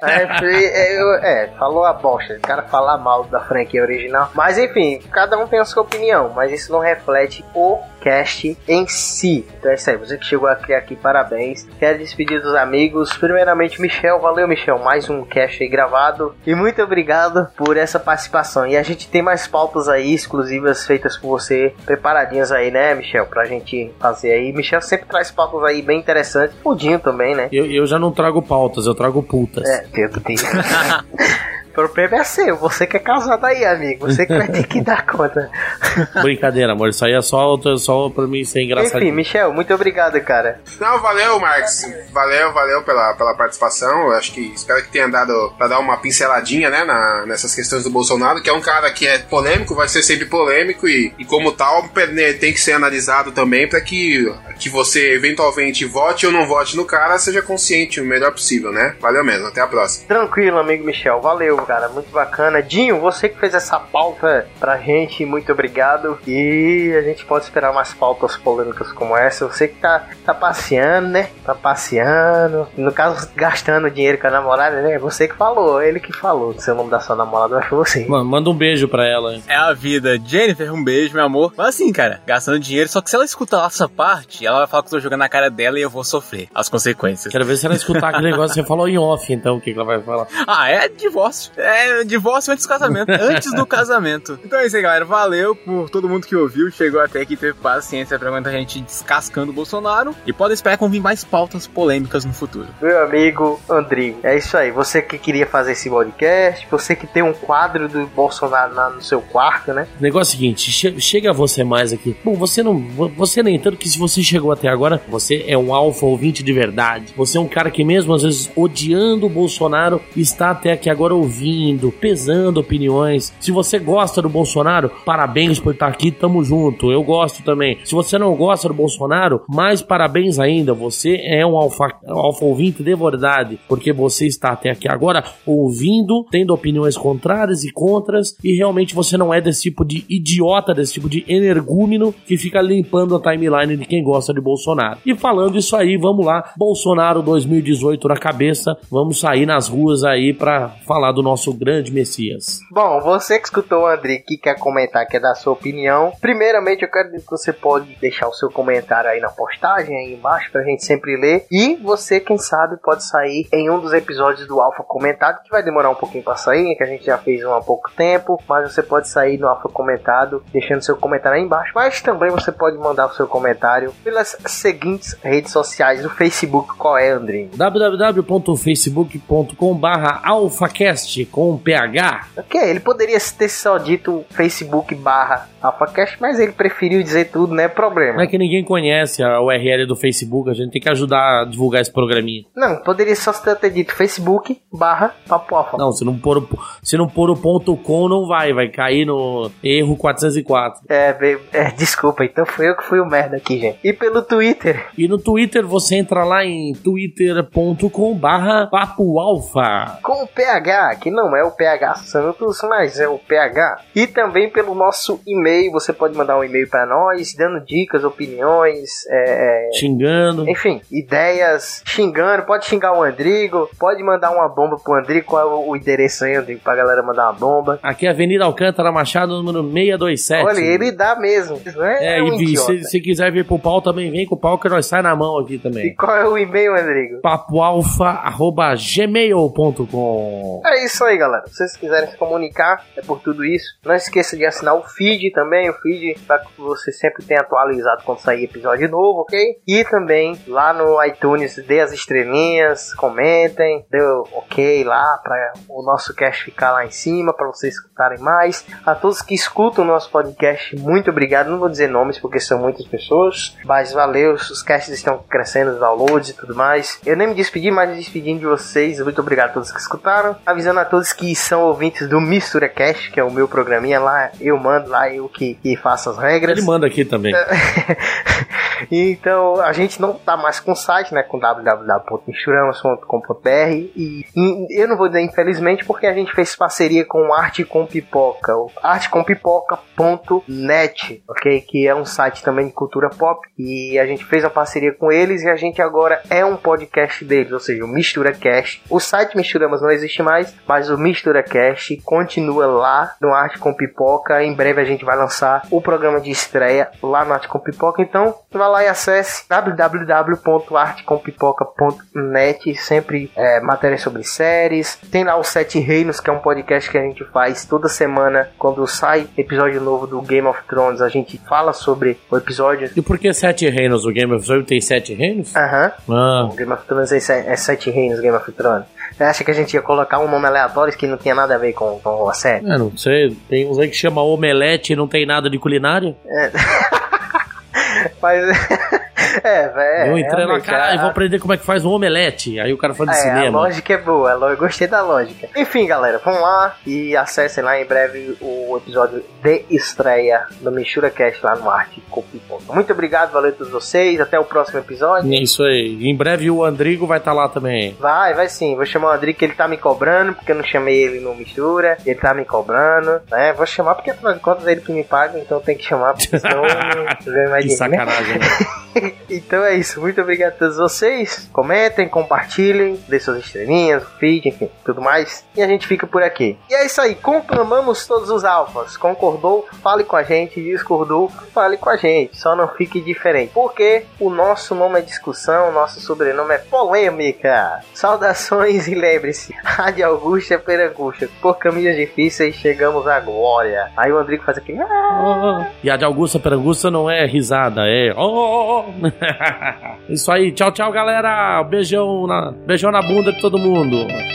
Falou a bosta, o cara falar mal da franquia original. Mas enfim, cada um tem a sua opinião, mas isso não reflete o cast em si. Então é isso aí, você que chegou aqui, parabéns. Quero despedir dos amigos. Primeiramente, Michel, valeu Michel, mais um cast aí gravado. E muito obrigado por essa participação. E a gente tem mais pautas aí exclusivas feitas por você, preparadinhas aí, né, Michel, pra gente fazer aí. Michel sempre traz pautas aí bem interessantes. O Dinho também, né? Eu já não trago pautas, eu trago putas. Deus. O problema é seu, você que é casado aí, amigo. Você que vai ter que dar conta. Brincadeira, amor. Isso aí é só pra mim ser engraçado. Enfim, Michel, muito obrigado, cara. Não, valeu, Marcos. Valeu pela participação. Eu acho que espero que tenha dado pra dar uma pinceladinha, né, nessas questões do Bolsonaro, que é um cara que é polêmico, vai ser sempre polêmico e como tal, tem que ser analisado também pra que você eventualmente vote ou não vote no cara, seja consciente o melhor possível, né? Valeu mesmo, até a próxima. Tranquilo, amigo Michel, valeu, cara, muito bacana. Dinho, você que fez essa pauta pra gente, muito obrigado. E a gente pode esperar umas pautas polêmicas como essa. Você que tá passeando, né? Tá passeando, no caso, gastando dinheiro com a namorada, né? Você que falou, ele que falou. Se o nome da sua namorada, eu acho você. Mano, manda um beijo pra ela. É a vida. Jennifer, um beijo, meu amor. Mas assim, cara, gastando dinheiro, só que se ela escutar essa parte, ela vai falar que eu tô jogando na cara dela e eu vou sofrer as consequências. Quero ver se ela escutar aquele negócio que você falou em off, então, o que ela vai falar. É divórcio. É divórcio antes do casamento. Antes do casamento. Então é isso aí, galera. Valeu por todo mundo que ouviu, chegou até aqui, teve paciência pra aguentar a gente descascando o Bolsonaro. E pode esperar que vão vir mais pautas polêmicas no futuro. Meu amigo Andrigo, é isso aí. Você que queria fazer esse podcast, você que tem um quadro do Bolsonaro no seu quarto, né? O negócio é o seguinte, chega você mais aqui. Bom, você nem tanto que se você chegou até agora, você é um alfa ouvinte de verdade. Você é um cara que mesmo às vezes odiando o Bolsonaro, está até aqui agora ouvindo, pesando opiniões. Se você gosta do Bolsonaro, parabéns por estar aqui, tamo junto. Eu gosto também. Se você não gosta do Bolsonaro, mais parabéns ainda. Você é um alfa ouvinte de verdade, porque você está até aqui agora ouvindo, tendo opiniões contrárias e contras, e realmente você não é desse tipo de idiota, desse tipo de energúmeno que fica limpando a timeline de quem gosta de Bolsonaro. E falando isso aí, vamos lá, Bolsonaro 2018 na cabeça, vamos sair nas ruas aí pra falar do nosso grande Messias. Bom, você que escutou o André que quer comentar, quer dar sua sua opinião. Primeiramente, eu quero dizer que você pode deixar o seu comentário aí na postagem, aí embaixo, pra gente sempre ler. E você, quem sabe, pode sair em um dos episódios do Alpha Comentado, que vai demorar um pouquinho pra sair, que a gente já fez há pouco tempo, mas você pode sair no Alpha Comentado, deixando seu comentário aí embaixo. Mas também você pode mandar o seu comentário pelas seguintes redes sociais. O Facebook, qual é, Andrinho? www.facebook.com/alphacast com PH. Ok, ele poderia ter só dito Facebook/AlphaCast, mas ele preferiu dizer tudo, não é problema. Não é que ninguém conhece a URL do Facebook, a gente tem que ajudar a divulgar esse programinha. Não, poderia só ter dito Facebook/Papo Alpha. Não, se não pôr o ponto .com não vai cair no erro 404. Desculpa, então foi eu que fui o merda aqui, gente. E pelo Twitter? E no Twitter você entra lá em twitter.com/papoalfa. Com o PH, que não é o PH Santos, mas é o PH. E também pelo nosso e-mail, você pode mandar um e-mail pra nós, dando dicas, opiniões, xingando. Enfim, ideias, xingando, pode xingar o Andrigo, pode mandar uma bomba pro Andrigo. Qual é o endereço aí, Andrigo, pra galera mandar uma bomba? Aqui é Avenida Alcântara Machado, número 627. Olha, ele dá mesmo. E se quiser vir pro pau, também vem com o pau que nós sai na mão aqui também. E qual é o e-mail, Andrigo? papoalfa@gmail.com. É isso aí, galera. Se vocês quiserem se comunicar, é por tudo isso. Não esqueça de assinar o feed também, o feed para que você sempre tenha atualizado quando sair episódio novo, ok? E também lá no iTunes, dê as estrelinhas, comentem, dê o ok lá para o nosso cast ficar lá em cima, para vocês escutarem mais. A todos que escutam o nosso podcast, muito obrigado. Não vou dizer nomes porque são muitas pessoas, mas valeu, os casts estão crescendo, os downloads e tudo mais. Eu nem me despedi, mas me despedindo de vocês. Muito obrigado a todos que escutaram. Avisando a todos que são ouvintes do Mistura Cast, que é o meu programinha lá, eu mando lá, eu que faço as regras. Ele manda aqui também. Então, a gente não tá mais com o site, né, com www.misturamas.com.br e eu não vou dizer infelizmente porque a gente fez parceria com o Arte com Pipoca, o artecompipoca.net, ok? Que é um site também de cultura pop e a gente fez a parceria com eles e a gente agora é um podcast deles, ou seja, o Mistura Cast. O site Misturamas não existe mais, mas o Mistura Cast continua lá no Arte com Pipoca. Em breve a gente vai lançar o programa de estreia lá no Arte com Pipoca, então vá lá e acesse www.artecompipoca.net, sempre matéria sobre séries. Tem lá o Sete Reinos, que é um podcast que a gente faz toda semana. Quando sai episódio novo do Game of Thrones, a gente fala sobre o episódio. E por que Sete Reinos? O Game of Thrones tem 7 reinos? Aham. O Game of Thrones é 7 reinos, Game of Thrones. Você acha que a gente ia colocar um nome aleatório que não tinha nada a ver com a série? Não sei. Tem uns aí que chama Omelete e não tem nada de culinária. Mas... eu entrei lá, caralho, vou aprender como é que faz um omelete. Aí o cara falou de cinema. A lógica é boa, eu gostei da lógica. Enfim, galera, vamos lá e acessem lá em breve o episódio de estreia do Mistura Cast lá no Arte com Pipoca. Muito obrigado, valeu a todos vocês, até o próximo episódio. É isso aí, em breve o Andrigo vai estar lá também. Vai sim, vou chamar o Andrigo que ele tá me cobrando, porque eu não chamei ele no Mistura, ele tá me cobrando, né? Vou chamar porque afinal de contas ele que me paga, então eu tenho que chamar, porque senão não ganho mais que dinheiro, sacanagem, né? Então é isso, muito obrigado a todos vocês. Comentem, compartilhem, dê suas estrelinhas, feed, enfim, tudo mais. E a gente fica por aqui. E é isso aí, conclamamos todos os alfas. Concordou? Fale com a gente. Discordou? Fale com a gente. Só não fique diferente. Porque o nosso nome é discussão, o nosso sobrenome é polêmica. Saudações e lembre-se, Rádio Augusta Perangústia. Por caminhos difíceis chegamos à glória. Aí o Andrigo faz aquele... E a de Augusta Perangústia não é risada, é... Isso aí, tchau, tchau, galera. Beijão na bunda de todo mundo.